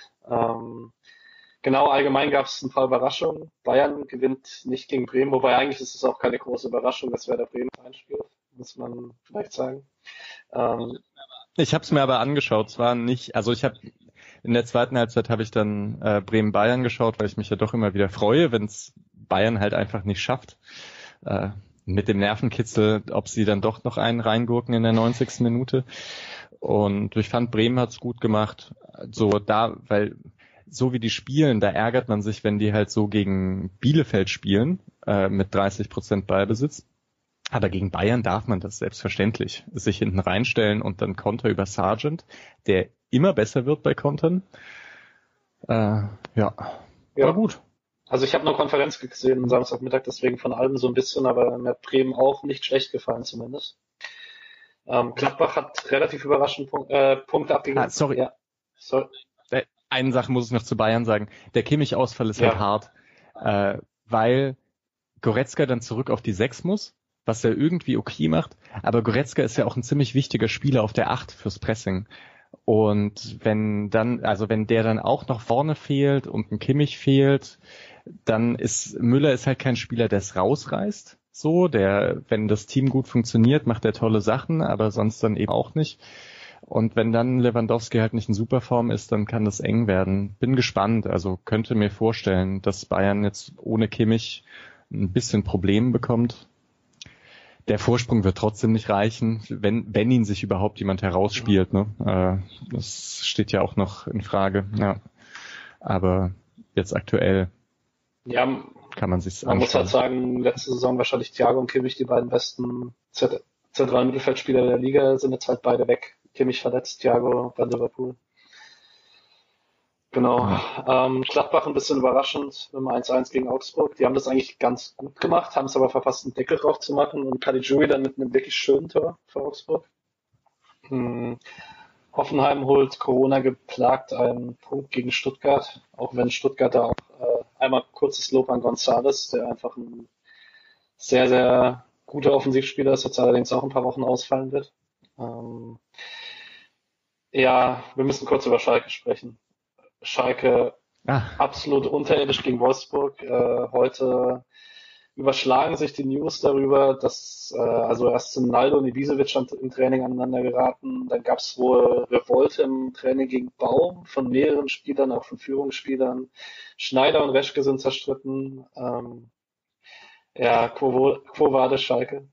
B: Genau, allgemein gab es ein paar Überraschungen. Bayern gewinnt nicht gegen Bremen, wobei eigentlich ist es auch keine große Überraschung, dass Werder Bremen einspielt, muss man vielleicht sagen.
C: Ich habe es mir aber angeschaut, zwar nicht, also in der zweiten Halbzeit habe ich dann Bremen-Bayern geschaut, weil ich mich ja doch immer wieder freue, wenn es Bayern halt einfach nicht schafft. Mit dem Nervenkitzel, ob sie dann doch noch einen reingurken in der 90. Minute. Und ich fand, Bremen hat's gut gemacht. Weil so wie die spielen, da ärgert man sich, wenn die halt so gegen Bielefeld spielen, mit 30% Ballbesitz. Aber gegen Bayern darf man das selbstverständlich. Sich hinten reinstellen und dann Konter über Sargent, der immer besser wird bei Kontern. War gut.
B: Also ich habe eine Konferenz gesehen am Samstagmittag, deswegen von allem so ein bisschen, aber mir hat Bremen auch nicht schlecht gefallen zumindest. Gladbach hat relativ überraschend Punkte abgegeben.
C: Sorry.
B: Ja.
C: Eine Sache muss ich noch zu Bayern sagen. Der Kimmich-Ausfall ist halt hart, weil Goretzka dann zurück auf die 6 muss, was er irgendwie okay macht. Aber Goretzka ist ja auch ein ziemlich wichtiger Spieler auf der 8 fürs Pressing. Und wenn der dann auch noch vorne fehlt und ein Kimmich fehlt, dann Müller ist halt kein Spieler, der es rausreißt. So, wenn das Team gut funktioniert, macht er tolle Sachen, aber sonst dann eben auch nicht. Und wenn dann Lewandowski halt nicht in Superform ist, dann kann das eng werden. Bin gespannt, also könnte mir vorstellen, dass Bayern jetzt ohne Kimmich ein bisschen Probleme bekommt. Der Vorsprung wird trotzdem nicht reichen, wenn ihn sich überhaupt jemand herausspielt. Ne? Das steht ja auch noch in Frage. Ja. Aber jetzt aktuell
B: Ja,
C: kann man sich's
B: man muss halt
C: anschauen.
B: sagen, letzte Saison wahrscheinlich Thiago und Kimmich die beiden besten zentralen Mittelfeldspieler der Liga, sind jetzt halt beide weg. Kimmich verletzt, Thiago bei Liverpool. Genau.
C: Ja.
B: Gladbach ein bisschen überraschend mit dem 1-1 gegen Augsburg. Die haben das eigentlich ganz gut gemacht, haben es aber verpasst, einen Deckel drauf zu machen und Caligiuri dann mit einem wirklich schönen Tor für Augsburg. Hm. Hoffenheim holt Corona geplagt einen Punkt gegen Stuttgart, auch wenn Stuttgart da auch einmal kurzes Lob an González, der einfach ein sehr, sehr guter Offensivspieler ist, jetzt allerdings auch ein paar Wochen ausfallen wird. Ähm, ja, wir müssen kurz über Schalke sprechen. Schalke
C: Ah,
B: absolut unterirdisch gegen Wolfsburg. Heute überschlagen sich die News darüber, dass also erst sind Naldo und Ibisevic im Training aneinander geraten. Dann gab es wohl Revolte im Training gegen Baum von mehreren Spielern, auch von Führungsspielern. Schneider und Reschke sind zerstritten. Ja, quo vadis Schalke?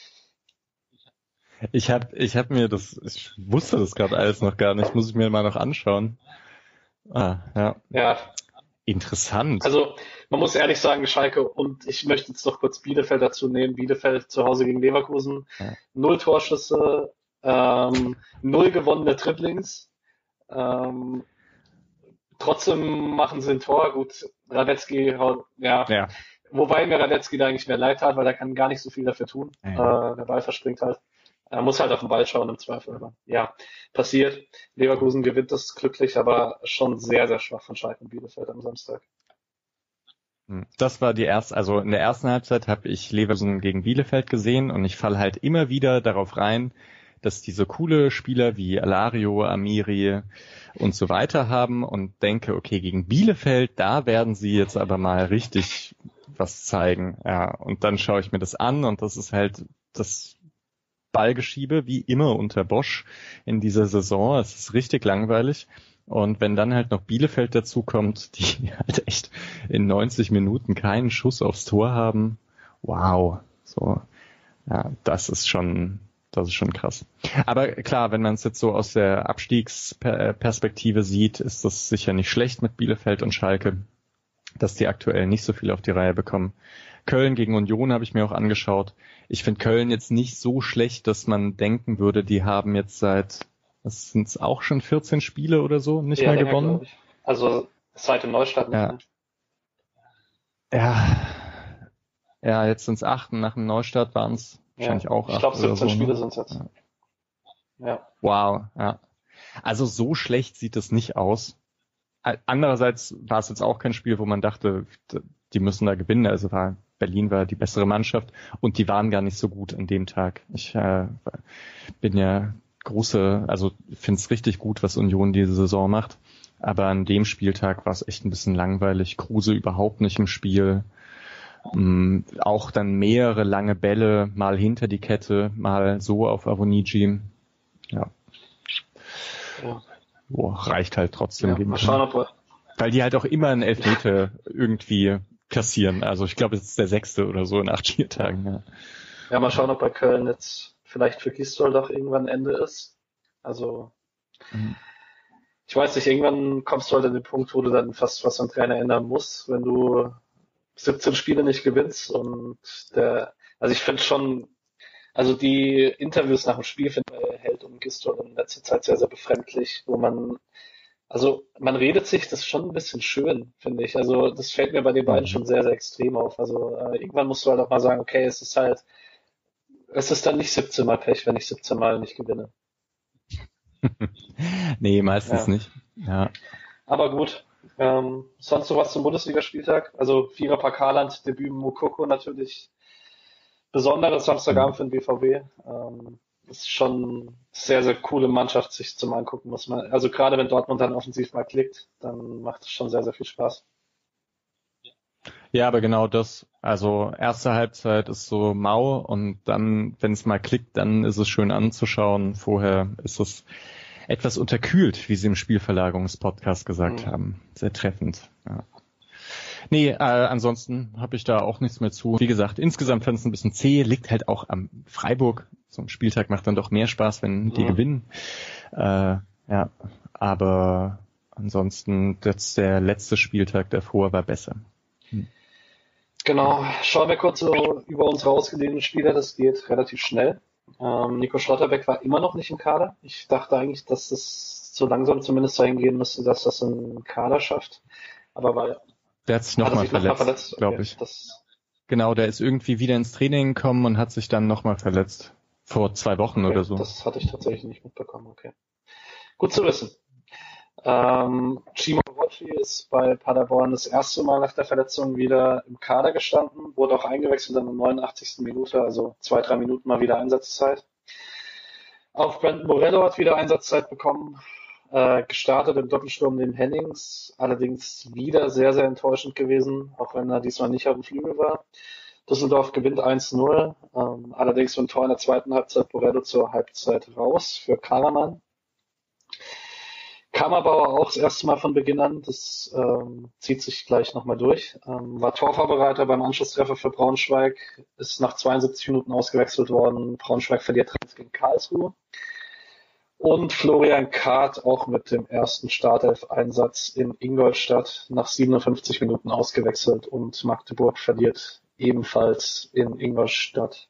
C: ich wusste das gerade alles noch gar nicht, muss ich mir mal noch anschauen. Ja,
B: Ja,
C: interessant.
B: also man muss ehrlich sagen, Schalke, und ich möchte jetzt noch kurz Bielefeld dazu nehmen. Bielefeld zu Hause gegen Leverkusen,
C: Ja.
B: 0 Torschüsse, 0 gewonnene Dribblings. Ähm, trotzdem machen sie ein Tor. Gut, Radetzky, ja,
C: Ja,
B: wobei mir Radetzky da eigentlich mehr leid hat, weil er kann gar nicht so viel dafür tun.
C: ja.
B: Der Ball verspringt halt. Er muss halt auf den Ball schauen im Zweifel. Aber ja, passiert. Leverkusen gewinnt das glücklich, aber schon sehr, sehr schwach von Schalke und Bielefeld am Samstag.
C: Das war also in der ersten Halbzeit habe ich Leverkusen gegen Bielefeld gesehen und ich falle halt immer wieder darauf rein, dass diese coole Spieler wie Alario, Amiri und so weiter haben und denke, okay, gegen Bielefeld, da werden sie jetzt aber mal richtig was zeigen. Ja, und dann schaue ich mir das an und das ist halt das Ballgeschiebe, wie immer unter Bosch in dieser Saison. Es ist richtig langweilig. Und wenn dann halt noch Bielefeld dazu kommt, die halt echt in 90 Minuten keinen Schuss aufs Tor haben, wow, so, ja, das ist schon krass. Aber klar, wenn man es jetzt so aus der Abstiegsperspektive sieht, ist das sicher nicht schlecht mit Bielefeld und Schalke, dass die aktuell nicht so viel auf die Reihe bekommen. Köln gegen Union habe ich mir auch angeschaut. Ich finde Köln jetzt nicht so schlecht, dass man denken würde, die haben jetzt das sind auch schon 14 Spiele oder so, nicht
B: Eher
C: mehr
B: länger,
C: gewonnen.
B: glaube ich. Also seit dem Neustart nicht
C: Ja,
B: mehr.
C: ja, ja, jetzt sind es 8 und nach dem Neustart waren es
B: Ja,
C: wahrscheinlich auch
B: ich
C: 8
B: glaube
C: oder
B: 17
C: so,
B: Spiele
C: ne?
B: sind es jetzt.
C: Ja.
B: Ja.
C: Wow, ja. Also so schlecht sieht es nicht aus. Andererseits war es jetzt auch kein Spiel, wo man dachte, die müssen da gewinnen. Also Berlin war die bessere Mannschaft und die waren gar nicht so gut an dem Tag. Ich bin ja also finde es richtig gut, was Union diese Saison macht. Aber an dem Spieltag war es echt ein bisschen langweilig. Kruse überhaupt nicht im Spiel. Auch dann mehrere lange Bälle, mal hinter die Kette, mal so auf Avoniji. Ja,
B: Ja.
C: reicht halt trotzdem
B: Ja,
C: gegen
B: mal
C: Köln.
B: schauen, ob
C: Weil die halt auch immer einen Elfmeter irgendwie kassieren. Also ich glaube, es ist der 6. oder so in 8 Spieltagen. Ja.
B: mal schauen, ob bei Köln jetzt vielleicht für Gisdol doch irgendwann Ende ist. Also,
C: Mhm.
B: ich weiß nicht, irgendwann kommst du halt an den Punkt, wo du dann fast was am Trainer ändern musst, wenn du 17 Spiele nicht gewinnst und also ich finde schon, also die Interviews nach dem Spiel finde ich Held und Gisdol in letzter Zeit sehr, sehr befremdlich, also man redet sich das schon ein bisschen schön, finde ich. Also das fällt mir bei den beiden
C: Mhm.
B: schon sehr, sehr extrem auf. Also irgendwann musst du halt auch mal sagen, okay, es ist dann nicht 17 Mal Pech, wenn ich 17 Mal nicht gewinne.
C: Nee, meistens
B: Ja,
C: nicht. Ja.
B: aber gut. Sonst noch was zum Bundesligaspieltag? Also Viererpack Haaland, Debüt Moukoko natürlich besonderes Samstagabend für den BVB. Ist schon sehr, sehr coole Mannschaft, sich zum Angucken, muss man. Also gerade wenn Dortmund dann offensiv mal klickt, dann macht es schon sehr, sehr viel Spaß.
C: Ja, aber genau das. Also erste Halbzeit ist so mau und dann, wenn es mal klickt, dann ist es schön anzuschauen. Vorher ist es etwas unterkühlt, wie Sie im Spielverlagerungspodcast gesagt
B: Hm.
C: haben. Sehr treffend. Ja. Nee, ansonsten habe ich da auch nichts mehr zu. Wie gesagt, insgesamt fand es ein bisschen zäh, liegt halt auch am Freiburg. So ein Spieltag macht dann doch mehr Spaß, wenn die gewinnen. Ja, aber ansonsten, der letzte Spieltag davor war besser.
B: Genau, schauen wir kurz so über unsere ausgeliehenen Spieler, das geht relativ schnell. Nico Schlotterbeck war immer noch nicht im Kader. Ich dachte eigentlich, dass das so langsam zumindest dahin gehen müsste, dass das ein Kader schafft. Aber
C: der hat sich
B: hat er
C: nochmal
B: sich nochmal
C: verletzt,
B: verletzt?
C: glaube
B: Okay,
C: ich. Genau, der ist irgendwie wieder ins Training gekommen und hat sich dann nochmal verletzt. Vor 2 Wochen oder so.
B: das hatte ich tatsächlich nicht mitbekommen, okay. Gut zu wissen. Cimo Rocci ist bei Paderborn das erste Mal nach der Verletzung wieder im Kader gestanden, wurde auch eingewechselt in der 89. Minute, also 2, 3 Minuten mal wieder Einsatzzeit. Auch Brandon Morello hat wieder Einsatzzeit bekommen, gestartet im Doppelsturm neben Hennings, allerdings wieder sehr, sehr enttäuschend gewesen, auch wenn er diesmal nicht auf dem Flügel war. Düsseldorf gewinnt 1-0, allerdings mit dem Tor in der zweiten Halbzeit Morello zur Halbzeit raus für Karaman. Kammerbauer auch das erste Mal von Beginn an, das zieht sich gleich nochmal durch. War Torvorbereiter beim Anschlusstreffer für Braunschweig, ist nach 72 Minuten ausgewechselt worden. Braunschweig verliert 3 gegen Karlsruhe. Und Florian Kath auch mit dem ersten Startelf-Einsatz in Ingolstadt nach 57 Minuten ausgewechselt und Magdeburg verliert ebenfalls in Ingolstadt.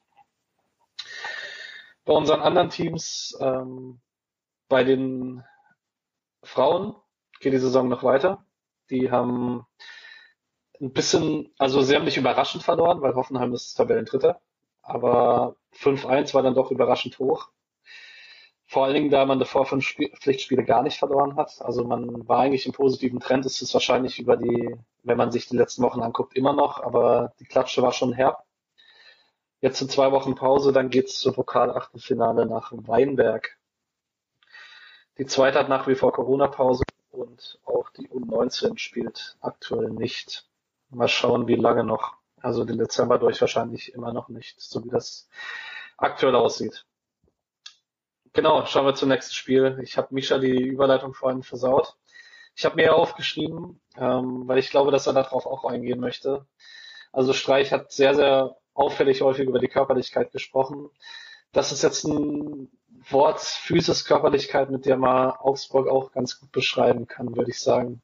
B: Bei unseren anderen Teams, bei den Frauen geht die Saison noch weiter. Die haben ein bisschen, also sie haben nicht überraschend verloren, weil Hoffenheim ist Tabellendritter. Aber 5-1 war dann doch überraschend hoch. Vor allen Dingen, da man davor 5 Pflichtspiele gar nicht verloren hat. Also man war eigentlich im positiven Trend. Es ist wahrscheinlich wenn man sich die letzten Wochen anguckt, immer noch. Aber die Klatsche war schon herb. Jetzt sind 2 Wochen Pause, dann geht's zum Pokalachtelfinale nach Weinberg. Die zweite hat nach wie vor Corona-Pause und auch die U19 spielt aktuell nicht. Mal schauen, wie lange noch. Also den Dezember durch wahrscheinlich immer noch nicht, so wie das aktuell aussieht. Genau, schauen wir zum nächsten Spiel. Ich habe Mischa die Überleitung vorhin versaut. Ich habe mir aufgeschrieben, weil ich glaube, dass er darauf auch eingehen möchte. Also Streich hat sehr, sehr auffällig häufig über die Körperlichkeit gesprochen. Das ist jetzt ein Wort, Physis, Körperlichkeit, mit der man Augsburg auch ganz gut beschreiben kann, würde ich sagen.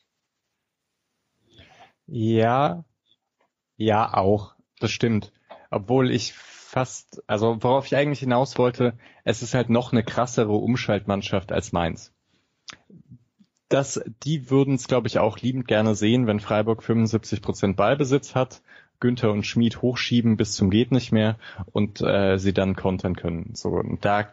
C: Ja, ja auch. Das stimmt. Obwohl ich also worauf ich eigentlich hinaus wollte, es ist halt noch eine krassere Umschaltmannschaft als Mainz. Die würden es, glaube ich, auch liebend gerne sehen, wenn Freiburg 75% Ballbesitz hat, Günther und Schmid hochschieben bis zum geht nicht mehr und sie dann kontern können. So, und da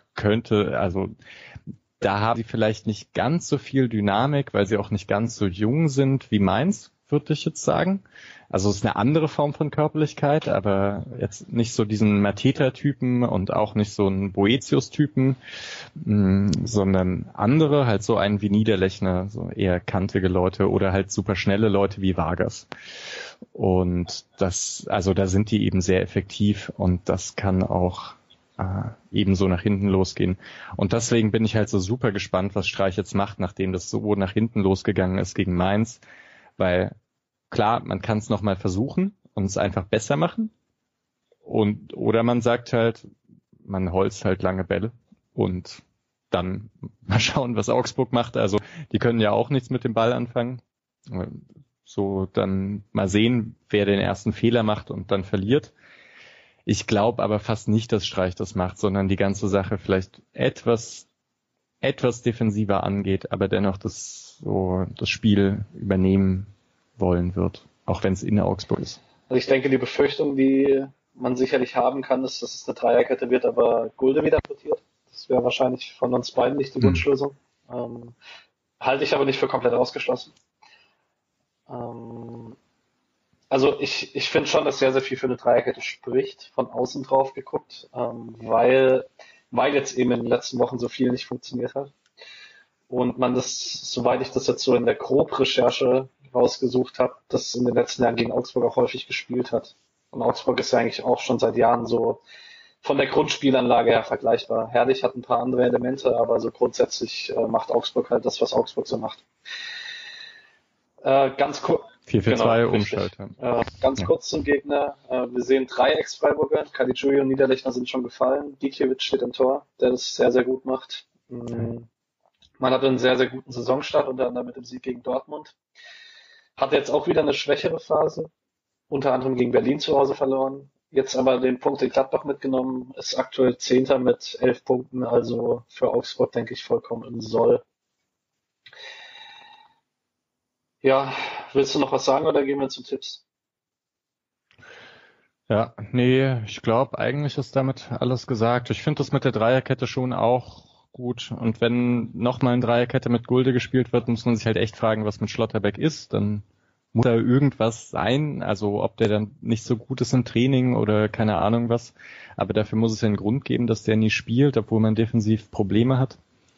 C: haben sie vielleicht nicht ganz so viel Dynamik, weil sie auch nicht ganz so jung sind wie Mainz, würde ich jetzt sagen. Also es ist eine andere Form von Körperlichkeit, aber jetzt nicht so diesen Mateta-Typen und auch nicht so einen Boetius-Typen, sondern andere, halt so einen wie Niederlechner, so eher kantige Leute oder halt super schnelle Leute wie Vargas. Und da sind die eben sehr effektiv und das kann auch ebenso nach hinten losgehen. Und deswegen bin ich halt so super gespannt, was Streich jetzt macht, nachdem das so nach hinten losgegangen ist gegen Mainz, weil klar, man kann es nochmal versuchen und es einfach besser machen. Oder man sagt halt, man holzt halt lange Bälle und dann mal schauen, was Augsburg macht. Also die können ja auch nichts mit dem Ball anfangen. So dann mal sehen, wer den ersten Fehler macht und dann verliert. Ich glaube aber fast nicht, dass Streich das macht, sondern die ganze Sache vielleicht etwas defensiver angeht, aber dennoch das Spiel übernehmen wollen wird, auch wenn es in Augsburg ist.
B: Also ich denke, die Befürchtung, die man sicherlich haben kann, ist, dass es eine Dreierkette wird, aber Gulde wieder rotiert. Das wäre wahrscheinlich von uns beiden nicht die Wunschlösung. Halte ich aber nicht für komplett ausgeschlossen. Also ich finde schon, dass sehr, sehr viel für eine Dreierkette spricht, von außen drauf geguckt, weil jetzt eben in den letzten Wochen so viel nicht funktioniert hat. Und man soweit ich das jetzt so in der Grob-Recherche rausgesucht habe, das in den letzten Jahren gegen Augsburg auch häufig gespielt hat. Und Augsburg ist ja eigentlich auch schon seit Jahren so von der Grundspielanlage her vergleichbar. Herrlich hat ein paar andere Elemente, aber so grundsätzlich macht Augsburg halt das, was Augsburg so macht. Ganz
C: 4-4-2
B: Genau, richtig.
C: umschalten.
B: Ganz
C: Ja.
B: kurz zum Gegner. Wir sehen 3 Ex-Freiburger. Caligiuri und Niederlechner sind schon gefallen. Gikiewicz steht im Tor, der das sehr, sehr gut macht. Man hatte einen sehr, sehr guten Saisonstart, unter anderem mit dem Sieg gegen Dortmund. Hatte jetzt auch wieder eine schwächere Phase, unter anderem gegen Berlin zu Hause verloren. Jetzt aber den Punkt in Gladbach mitgenommen, ist aktuell Zehnter mit 11 Punkten, also für Augsburg, denke ich, vollkommen im Soll. Ja, willst du noch was sagen oder gehen wir zu Tipps?
C: Ja, nee, ich glaube, eigentlich ist damit alles gesagt. Ich finde das mit der Dreierkette schon auch gut. Und wenn nochmal eine Dreierkette mit Gulde gespielt wird, muss man sich halt echt fragen, was mit Schlotterbeck ist. Dann muss da irgendwas sein. Also ob der dann nicht so gut ist im Training oder keine Ahnung was. Aber dafür muss es ja einen Grund geben, dass der nie spielt, obwohl man defensiv Probleme hat.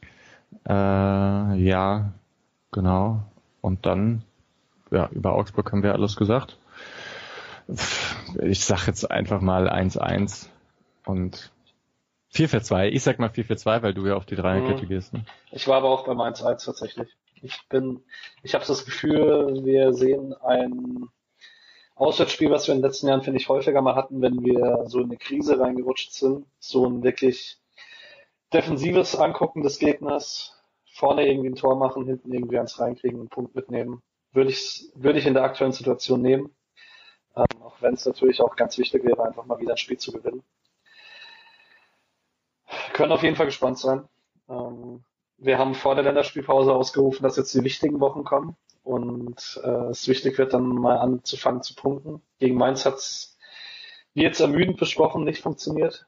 C: Ja, genau. Und dann, ja, über Augsburg haben wir alles gesagt. Ich sag jetzt einfach mal 1-1 und 4-4-2. Ich sag mal 4-4-2, weil du ja auf die Dreierkette gehst. Ne?
B: Ich war aber auch beim 1-1 tatsächlich. Ich habe das Gefühl, wir sehen ein Auswärtsspiel, was wir in den letzten Jahren, finde ich, häufiger mal hatten, wenn wir so in eine Krise reingerutscht sind. So ein wirklich defensives Angucken des Gegners, vorne irgendwie ein Tor machen, hinten irgendwie eins reinkriegen, einen Punkt mitnehmen. Würde ich in der aktuellen Situation nehmen. Auch wenn es natürlich auch ganz wichtig wäre, einfach mal wieder ein Spiel zu gewinnen. Können auf jeden Fall gespannt sein. Wir haben vor der Länderspielpause ausgerufen, dass jetzt die wichtigen Wochen kommen und es wichtig wird, dann mal anzufangen zu punkten. Gegen Mainz hat es, wie jetzt ermüdend besprochen, nicht funktioniert.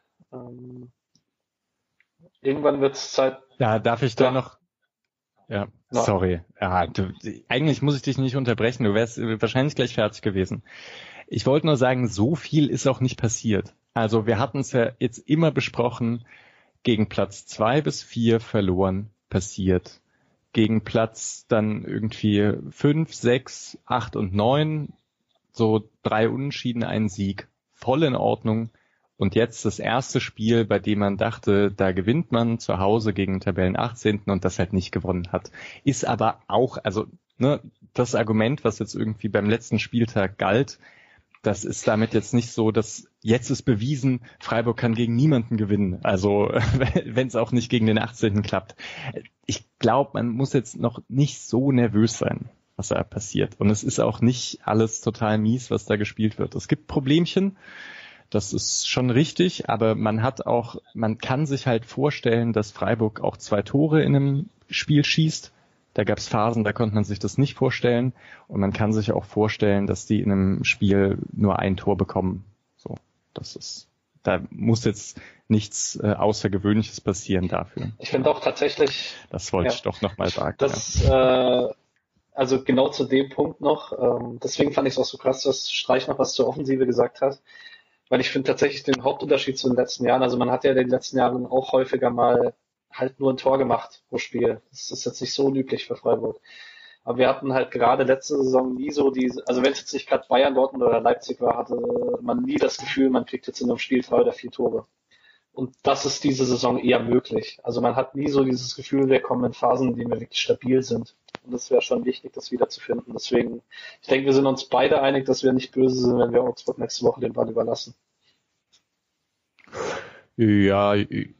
B: Irgendwann wird es Zeit.
C: Ja, darf ich da noch? Ja, sorry. Ja, eigentlich muss ich dich nicht unterbrechen. Du wärst wahrscheinlich gleich fertig gewesen. Ich wollte nur sagen, so viel ist auch nicht passiert. Also wir hatten es ja jetzt immer besprochen, gegen Platz 2 bis 4 verloren passiert. Gegen Platz dann irgendwie 5, 6, 8 und 9, so 3 Unentschieden, ein Sieg. Voll in Ordnung. Und jetzt das erste Spiel, bei dem man dachte, da gewinnt man zu Hause gegen Tabellen 18. und das halt nicht gewonnen hat. Ist aber auch, also ne, das Argument, was jetzt irgendwie beim letzten Spieltag galt, das ist damit jetzt nicht so, dass jetzt ist bewiesen, Freiburg kann gegen niemanden gewinnen. Also wenn es auch nicht gegen den 18. klappt. Ich glaube, man muss jetzt noch nicht so nervös sein, was da passiert. Und es ist auch nicht alles total mies, was da gespielt wird. Es gibt Problemchen, das ist schon richtig, aber man kann sich halt vorstellen, dass Freiburg auch 2 Tore in einem Spiel schießt. Da gab es Phasen, da konnte man sich das nicht vorstellen. Und man kann sich auch vorstellen, dass die in einem Spiel nur ein Tor bekommen. So, da muss jetzt nichts Außergewöhnliches passieren dafür.
B: Ich finde auch tatsächlich.
C: Das wollte ich doch nochmal sagen.
B: Also genau zu dem Punkt noch. Deswegen fand ich es auch so krass, dass Streich noch was zur Offensive gesagt hat. Weil ich finde tatsächlich den Hauptunterschied zu den letzten Jahren, also man hat ja in den letzten Jahren auch häufiger mal halt nur ein Tor gemacht pro Spiel. Das ist jetzt nicht so unüblich für Freiburg. Aber wir hatten halt gerade letzte Saison nie so also wenn es jetzt nicht gerade Bayern, Dortmund oder Leipzig war, hatte man nie das Gefühl, man kriegt jetzt in einem Spiel 3 oder 4 Tore. Und das ist diese Saison eher möglich. Also man hat nie so dieses Gefühl, wir kommen in Phasen, in denen wir wirklich stabil sind. Und das wäre schon wichtig, das wiederzufinden. Deswegen, ich denke, wir sind uns beide einig, dass wir nicht böse sind, wenn wir Augsburg nächste Woche den Ball überlassen.
C: Ja.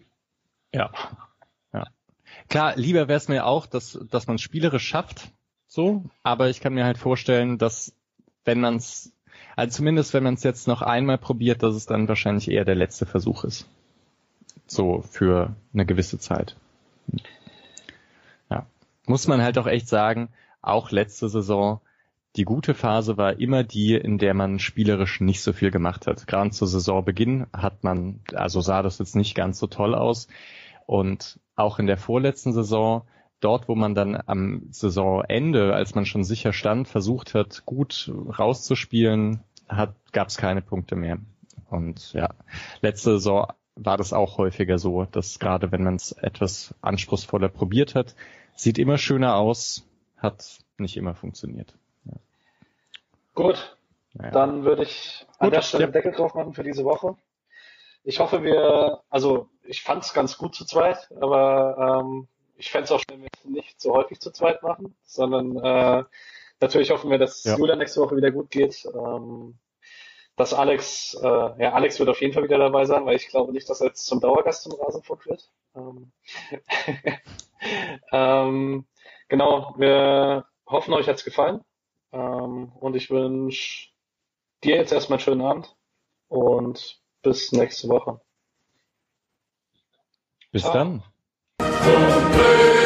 C: Klar, lieber wäre es mir auch, dass man es spielerisch schafft, so, aber ich kann mir halt vorstellen, dass zumindest wenn man es jetzt noch einmal probiert, dass es dann wahrscheinlich eher der letzte Versuch ist. So für eine gewisse Zeit. Ja. Muss man halt auch echt sagen, auch letzte Saison, die gute Phase war immer die, in der man spielerisch nicht so viel gemacht hat. Gerade zu Saisonbeginn sah das jetzt nicht ganz so toll aus. Und auch in der vorletzten Saison, dort, wo man dann am Saisonende, als man schon sicher stand, versucht hat, gut rauszuspielen, gab es keine Punkte mehr. Und ja, letzte Saison war das auch häufiger so, dass gerade wenn man es etwas anspruchsvoller probiert hat, sieht immer schöner aus, hat nicht immer funktioniert. Ja.
B: Gut, Dann würde ich an der Stelle den Deckel drauf machen für diese Woche. Ich hoffe, ich fand es ganz gut zu zweit, aber ich fände es auch schön, wenn wir es nicht so häufig zu zweit machen, sondern Natürlich hoffen wir, dass
C: Ja.
B: Julian nächste Woche wieder gut geht. Dass Alex wird auf jeden Fall wieder dabei sein, weil ich glaube nicht, dass er jetzt zum Dauergast zum Rasenfunk wird. Ähm, genau, wir hoffen, euch hat's gefallen. Und ich wünsche dir jetzt erstmal einen schönen Abend und bis nächste Woche.
C: Bis
B: Ciao.
C: dann.